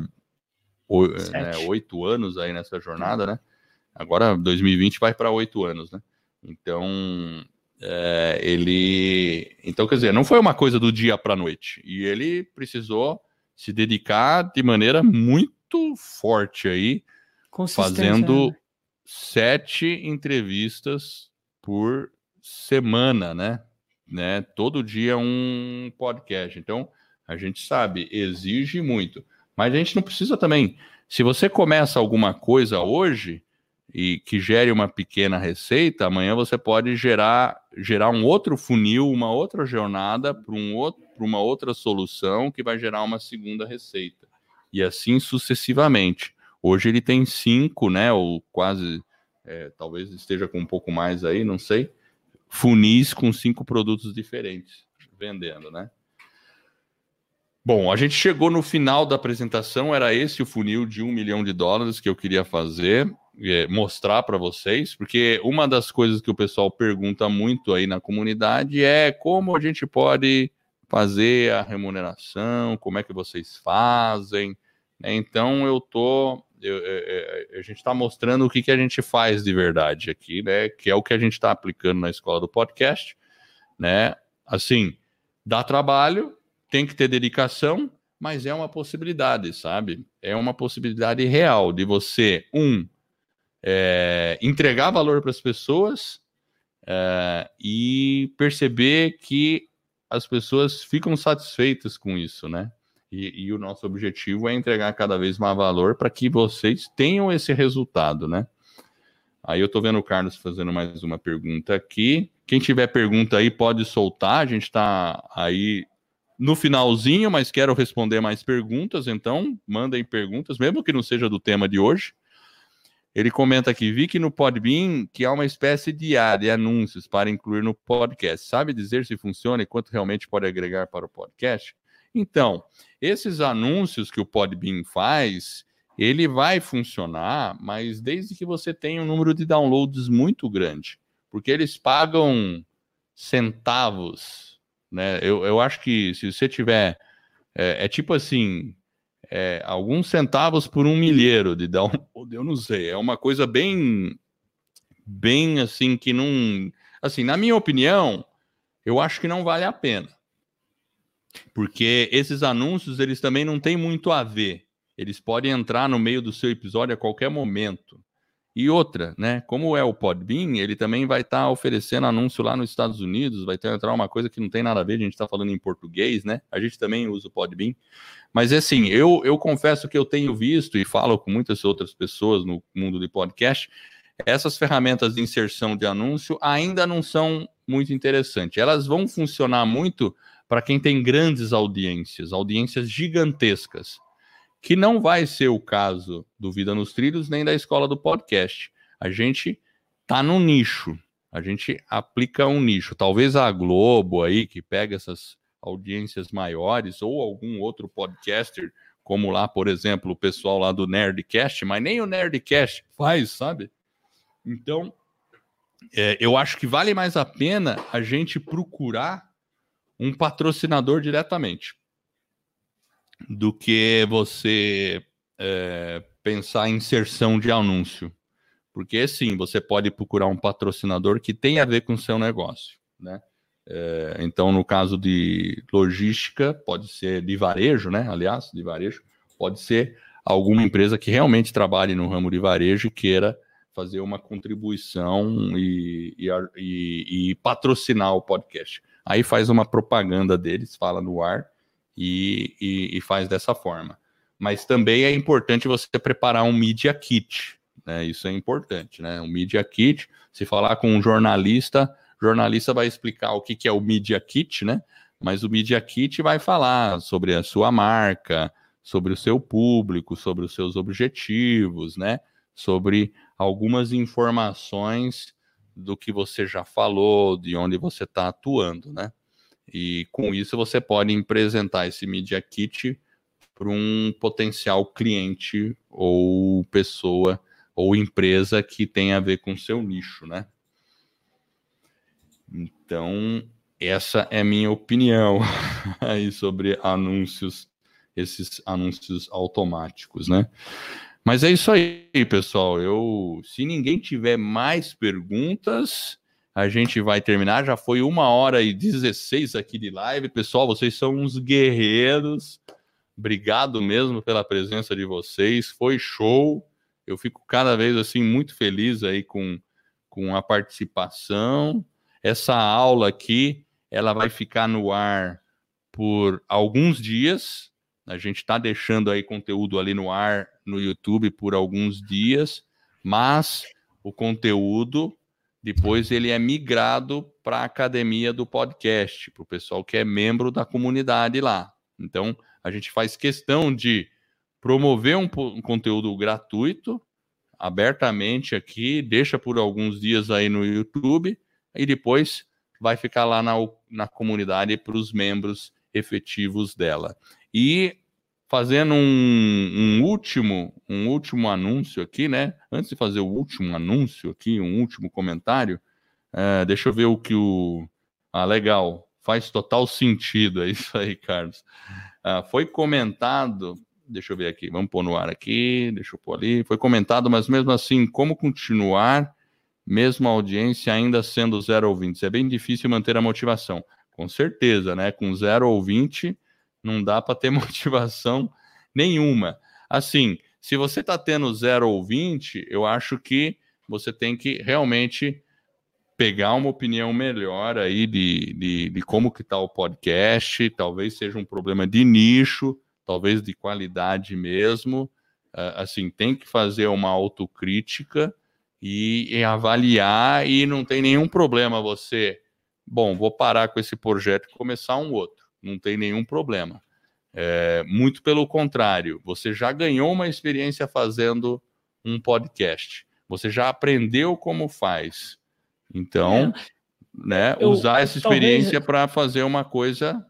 né, oito anos aí nessa jornada, né? Agora dois mil e vinte vai para oito anos, né? Então é, ele, então quer dizer, não foi uma coisa do dia para a noite. E ele precisou se dedicar de maneira muito forte aí, fazendo né? sete entrevistas por semana, né? né? Todo dia um podcast. Então, a gente sabe, exige muito. Mas a gente não precisa também. Se você começa alguma coisa hoje e que gere uma pequena receita, amanhã você pode gerar, gerar um outro funil, uma outra jornada para um outro, para uma outra solução que vai gerar uma segunda receita. E assim sucessivamente. Hoje ele tem cinco, né? Ou quase, é, talvez esteja com um pouco mais aí, não sei. Funis com cinco produtos diferentes vendendo, né? Bom, a gente chegou no final da apresentação, era esse o funil de um milhão de dólares que eu queria fazer, é, mostrar para vocês, porque uma das coisas que o pessoal pergunta muito aí na comunidade é como a gente pode fazer a remuneração, como é que vocês fazem, né? Então eu tô, eu, eu, eu, a gente está mostrando o que, que a gente faz de verdade aqui, né? Que é o que a gente está aplicando na escola do podcast, né? Assim, dá trabalho, tem que ter dedicação, mas é uma possibilidade, sabe? É uma possibilidade real de você, um, é, entregar valor para as pessoas é, e perceber que as pessoas ficam satisfeitas com isso, né? E, e o nosso objetivo é entregar cada vez mais valor para que vocês tenham esse resultado, né? Aí eu tô vendo o Carlos fazendo mais uma pergunta aqui. Quem tiver pergunta aí pode soltar, a gente está aí no finalzinho, mas quero responder mais perguntas, então mandem perguntas, mesmo que não seja do tema de hoje. Ele comenta aqui, vi que no Podbean que há uma espécie de A de anúncios para incluir no podcast. Sabe dizer se funciona e quanto realmente pode agregar para o podcast? Então, esses anúncios que o Podbean faz, ele vai funcionar, mas desde que você tenha um número de downloads muito grande, porque eles pagam centavos, né? Eu, eu acho que se você tiver, é, é tipo assim, é, alguns centavos por um milheiro de download, eu não sei, é uma coisa bem, bem assim, que não, assim, na minha opinião, eu acho que não vale a pena, porque esses anúncios, eles também não têm muito a ver, eles podem entrar no meio do seu episódio a qualquer momento. E outra, né? Como é o Podbean, ele também vai estar tá oferecendo anúncio lá nos Estados Unidos, vai ter entrar uma coisa que não tem nada a ver, a gente está falando em português, né? A gente também usa o Podbean. Mas assim, eu, eu confesso que eu tenho visto e falo com muitas outras pessoas no mundo de podcast, essas ferramentas de inserção de anúncio ainda não são muito interessantes. Elas vão funcionar muito para quem tem grandes audiências, audiências gigantescas, que não vai ser o caso do Vida nos Trilhos nem da Escola do Podcast. A gente está num nicho, a gente aplica um nicho. Talvez a Globo aí, que pega essas audiências maiores, ou algum outro podcaster, como lá, por exemplo, o pessoal lá do Nerdcast, mas nem o Nerdcast faz, sabe? Então, é, eu acho que vale mais a pena a gente procurar um patrocinador diretamente do que você é, pensar em inserção de anúncio. Porque, sim, você pode procurar um patrocinador que tenha a ver com o seu negócio, né? É, então, no caso de logística, pode ser de varejo, né? Aliás, de varejo, pode ser alguma empresa que realmente trabalhe no ramo de varejo e queira fazer uma contribuição e, e, e, e patrocinar o podcast. Aí faz uma propaganda deles, fala no ar e, e, e faz dessa forma. Mas também é importante você preparar um Media Kit, né? Isso é importante, né? Um Media Kit, se falar com um jornalista, o jornalista vai explicar o que, que é o Media Kit, né? Mas o Media Kit vai falar sobre a sua marca, sobre o seu público, sobre os seus objetivos, né? Sobre algumas informações do que você já falou, de onde você está atuando, né? E com isso você pode apresentar esse Media Kit para um potencial cliente ou pessoa ou empresa que tem a ver com o seu nicho, né? Então, essa é a minha opinião aí sobre anúncios, esses anúncios automáticos, né? Mas é isso aí, pessoal. Eu, se ninguém tiver mais perguntas, a gente vai terminar. Já foi uma hora e dezesseis aqui de live. Pessoal, vocês são uns guerreiros. Obrigado mesmo pela presença de vocês. Foi show. Eu fico cada vez assim muito feliz aí com, com a participação. Essa aula aqui, ela vai ficar no ar por alguns dias. A gente está deixando aí conteúdo ali no ar, no YouTube, por alguns dias, mas o conteúdo, depois ele é migrado para a academia do podcast, para o pessoal que é membro da comunidade lá. Então, a gente faz questão de promover um, um conteúdo gratuito, abertamente aqui, deixa por alguns dias aí no YouTube, e depois vai ficar lá na, na comunidade para os membros efetivos dela. E fazendo um, um último um último anúncio aqui, né? Antes de fazer o último anúncio aqui, um último comentário, é, deixa eu ver o que o... Ah, legal, faz total sentido, é isso aí, Carlos. Ah, foi comentado, deixa eu ver aqui, vamos pôr no ar aqui, deixa eu pôr ali, foi comentado, mas mesmo assim, como continuar, mesmo a audiência ainda sendo zero ouvintes? É bem difícil manter a motivação. Com certeza, né? Com zero ouvinte, não dá para ter motivação nenhuma. Assim, se você está tendo zero ouvinte, eu acho que você tem que realmente pegar uma opinião melhor aí de, de, de como que está o podcast, talvez seja um problema de nicho, talvez de qualidade mesmo. Uh, assim, tem que fazer uma autocrítica e, e avaliar, e não tem nenhum problema você... Bom, vou parar com esse projeto e começar um outro. Não tem nenhum problema. É, muito pelo contrário, você já ganhou uma experiência fazendo um podcast. Você já aprendeu como faz. Então, é, né, eu, usar essa experiência talvez... para fazer uma coisa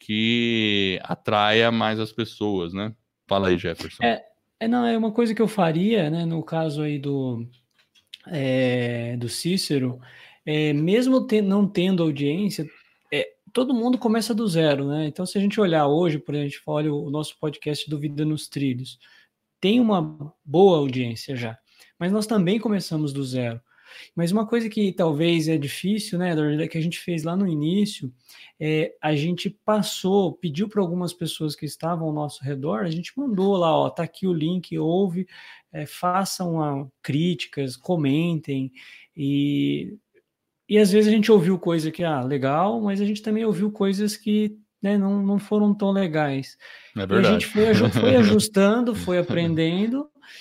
que atraia mais as pessoas, né? Fala aí, Jefferson. É, é, não, é uma coisa que eu faria, né, no caso aí do, é, do Cícero, é, mesmo te, não tendo audiência, é, todo mundo começa do zero, né? Então, se a gente olhar hoje, por exemplo, a gente olha o nosso podcast do Vida nos Trilhos, tem uma boa audiência já, mas nós também começamos do zero. Mas uma coisa que talvez é difícil, né, que a gente fez lá no início, é, a gente passou, pediu para algumas pessoas que estavam ao nosso redor, a gente mandou lá, ó, tá aqui o link, ouve, é, façam a, críticas, comentem, e, e às vezes a gente ouviu coisa que, ah, legal, mas a gente também ouviu coisas que, né, não, não foram tão legais. É verdade. E a gente foi, foi ajustando, foi aprendendo,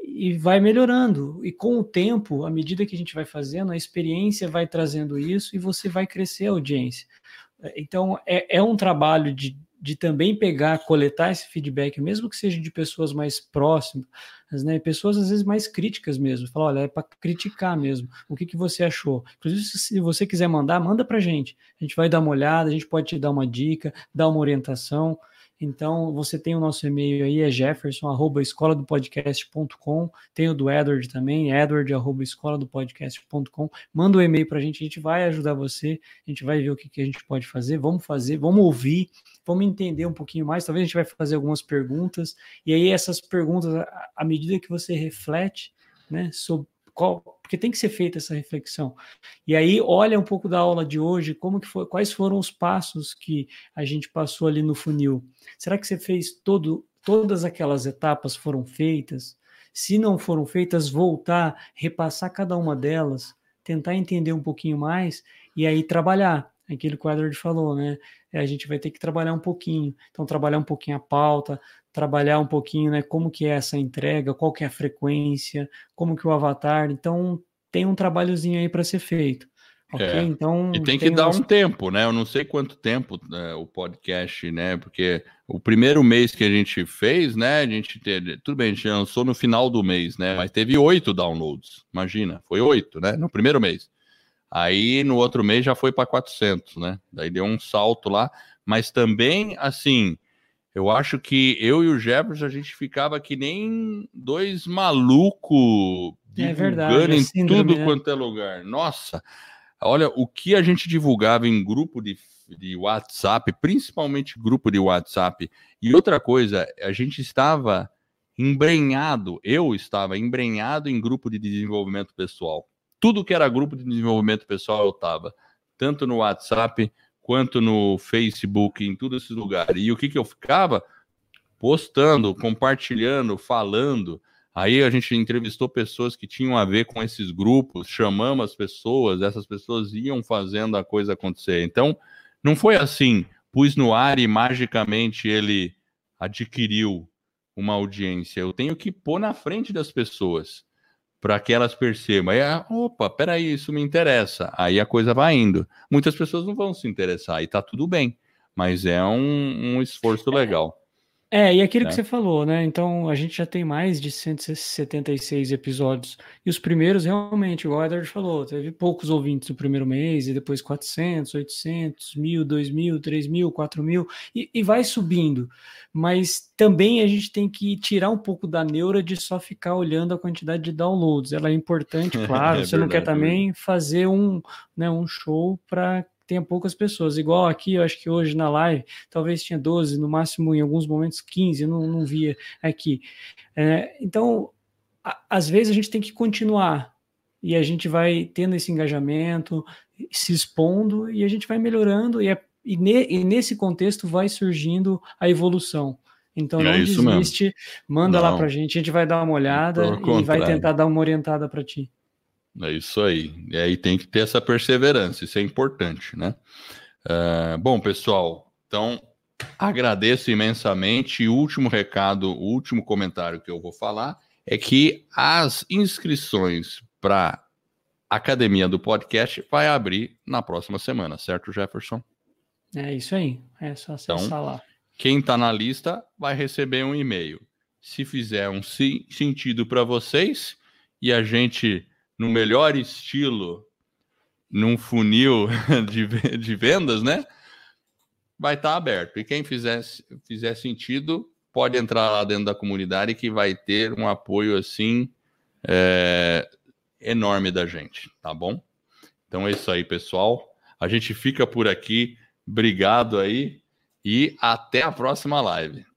e vai melhorando. E com o tempo, à medida que a gente vai fazendo, a experiência vai trazendo isso e você vai crescer a audiência. Então, é, é um trabalho de, de também pegar, coletar esse feedback, mesmo que seja de pessoas mais próximas, né? Pessoas às vezes mais críticas mesmo. Falar, olha, é para criticar mesmo. O que, que você achou? Inclusive, se você quiser mandar, manda para a gente. A gente vai dar uma olhada, a gente pode te dar uma dica, dar uma orientação. Então, você tem o nosso e-mail aí, é jefferson arroba escola do podcast ponto com, tem o do Edward também, edward arroba escola do podcast ponto com, manda um e-mail para a gente, a gente vai ajudar você, a gente vai ver o que, que a gente pode fazer, vamos fazer, vamos ouvir, vamos entender um pouquinho mais, talvez a gente vai fazer algumas perguntas, e aí essas perguntas, à medida que você reflete, né, sobre qual, porque tem que ser feita essa reflexão. E aí olha um pouco da aula de hoje, como que foi, quais foram os passos que a gente passou ali no funil. Será que você fez todo, todas aquelas etapas foram feitas? Se não foram feitas, voltar, repassar cada uma delas, tentar entender um pouquinho mais e aí trabalhar. Aquilo que o Edward falou, né? A gente vai ter que trabalhar um pouquinho. Então, trabalhar um pouquinho a pauta, trabalhar um pouquinho, né? Como que é essa entrega, qual que é a frequência, como que o avatar. Então, tem um trabalhozinho aí para ser feito. Ok? É. Então, e tem que tem dar umas... um tempo, né? Eu não sei quanto tempo né, o podcast, né? Porque o primeiro mês que a gente fez, né? A gente teve, tudo bem, a gente lançou no final do mês, né? Mas teve oito downloads. Imagina, foi oito, né? No primeiro mês. Aí no outro mês já foi para quatrocentos, né? Daí deu um salto lá, mas também assim, eu acho que eu e o Jefferson a gente ficava que nem dois malucos É divulgando verdade, é em síndrome, tudo né? quanto é lugar. Nossa, olha o que a gente divulgava em grupo de, de WhatsApp, principalmente grupo de WhatsApp. E outra coisa, a gente estava embrenhado, eu estava embrenhado em grupo de desenvolvimento pessoal. Tudo que era grupo de desenvolvimento pessoal eu estava, tanto no WhatsApp quanto no Facebook, em todos esses lugares. E o que, que eu ficava? Postando, compartilhando, falando. Aí a gente entrevistou pessoas que tinham a ver com esses grupos, chamamos as pessoas, essas pessoas iam fazendo a coisa acontecer. Então, não foi assim, pus no ar e magicamente ele adquiriu uma audiência. Eu tenho que pôr na frente das pessoas para que elas percebam. Aí, ah, opa, peraí, isso me interessa. Aí a coisa vai indo. Muitas pessoas não vão se interessar, e tá tudo bem, mas é um, um esforço legal. É, e aquilo né? que você falou, né? Então, a gente já tem mais de cento e setenta e seis episódios. E os primeiros, realmente, igual o Edward falou, teve poucos ouvintes no primeiro mês, e depois quatrocentos, oitocentos, mil, dois mil, três mil, quatro mil, e, e vai subindo. Mas também a gente tem que tirar um pouco da neura de só ficar olhando a quantidade de downloads. Ela é importante, claro. É você não quer verdade, também fazer um, né, um show para tenha poucas pessoas. Igual aqui, eu acho que hoje na live, talvez tinha doze, no máximo em alguns momentos quinze, eu não, não via aqui. É, então, a, às vezes a gente tem que continuar, e a gente vai tendo esse engajamento, se expondo, e a gente vai melhorando, e, é, e, ne, e nesse contexto vai surgindo a evolução. Então não é isso desiste, mesmo. manda não. lá pra gente, a gente vai dar uma olhada e vai tentar dar uma orientada para ti. É isso aí. E aí tem que ter essa perseverança, isso é importante, né? Uh, bom, pessoal, então agradeço imensamente. E o último recado, o último comentário que eu vou falar é que as inscrições para a Academia do Podcast vai abrir na próxima semana, certo, Jefferson? É isso aí, é só acessar então, lá. Quem está na lista vai receber um e-mail. Se fizer um si- sentido para vocês e a gente, no melhor estilo, num funil de, de vendas, né? Vai estar tá aberto. E quem fizer, fizer sentido, pode entrar lá dentro da comunidade que vai ter um apoio assim é, enorme da gente, tá bom? Então é isso aí, pessoal. A gente fica por aqui. Obrigado aí e até a próxima live.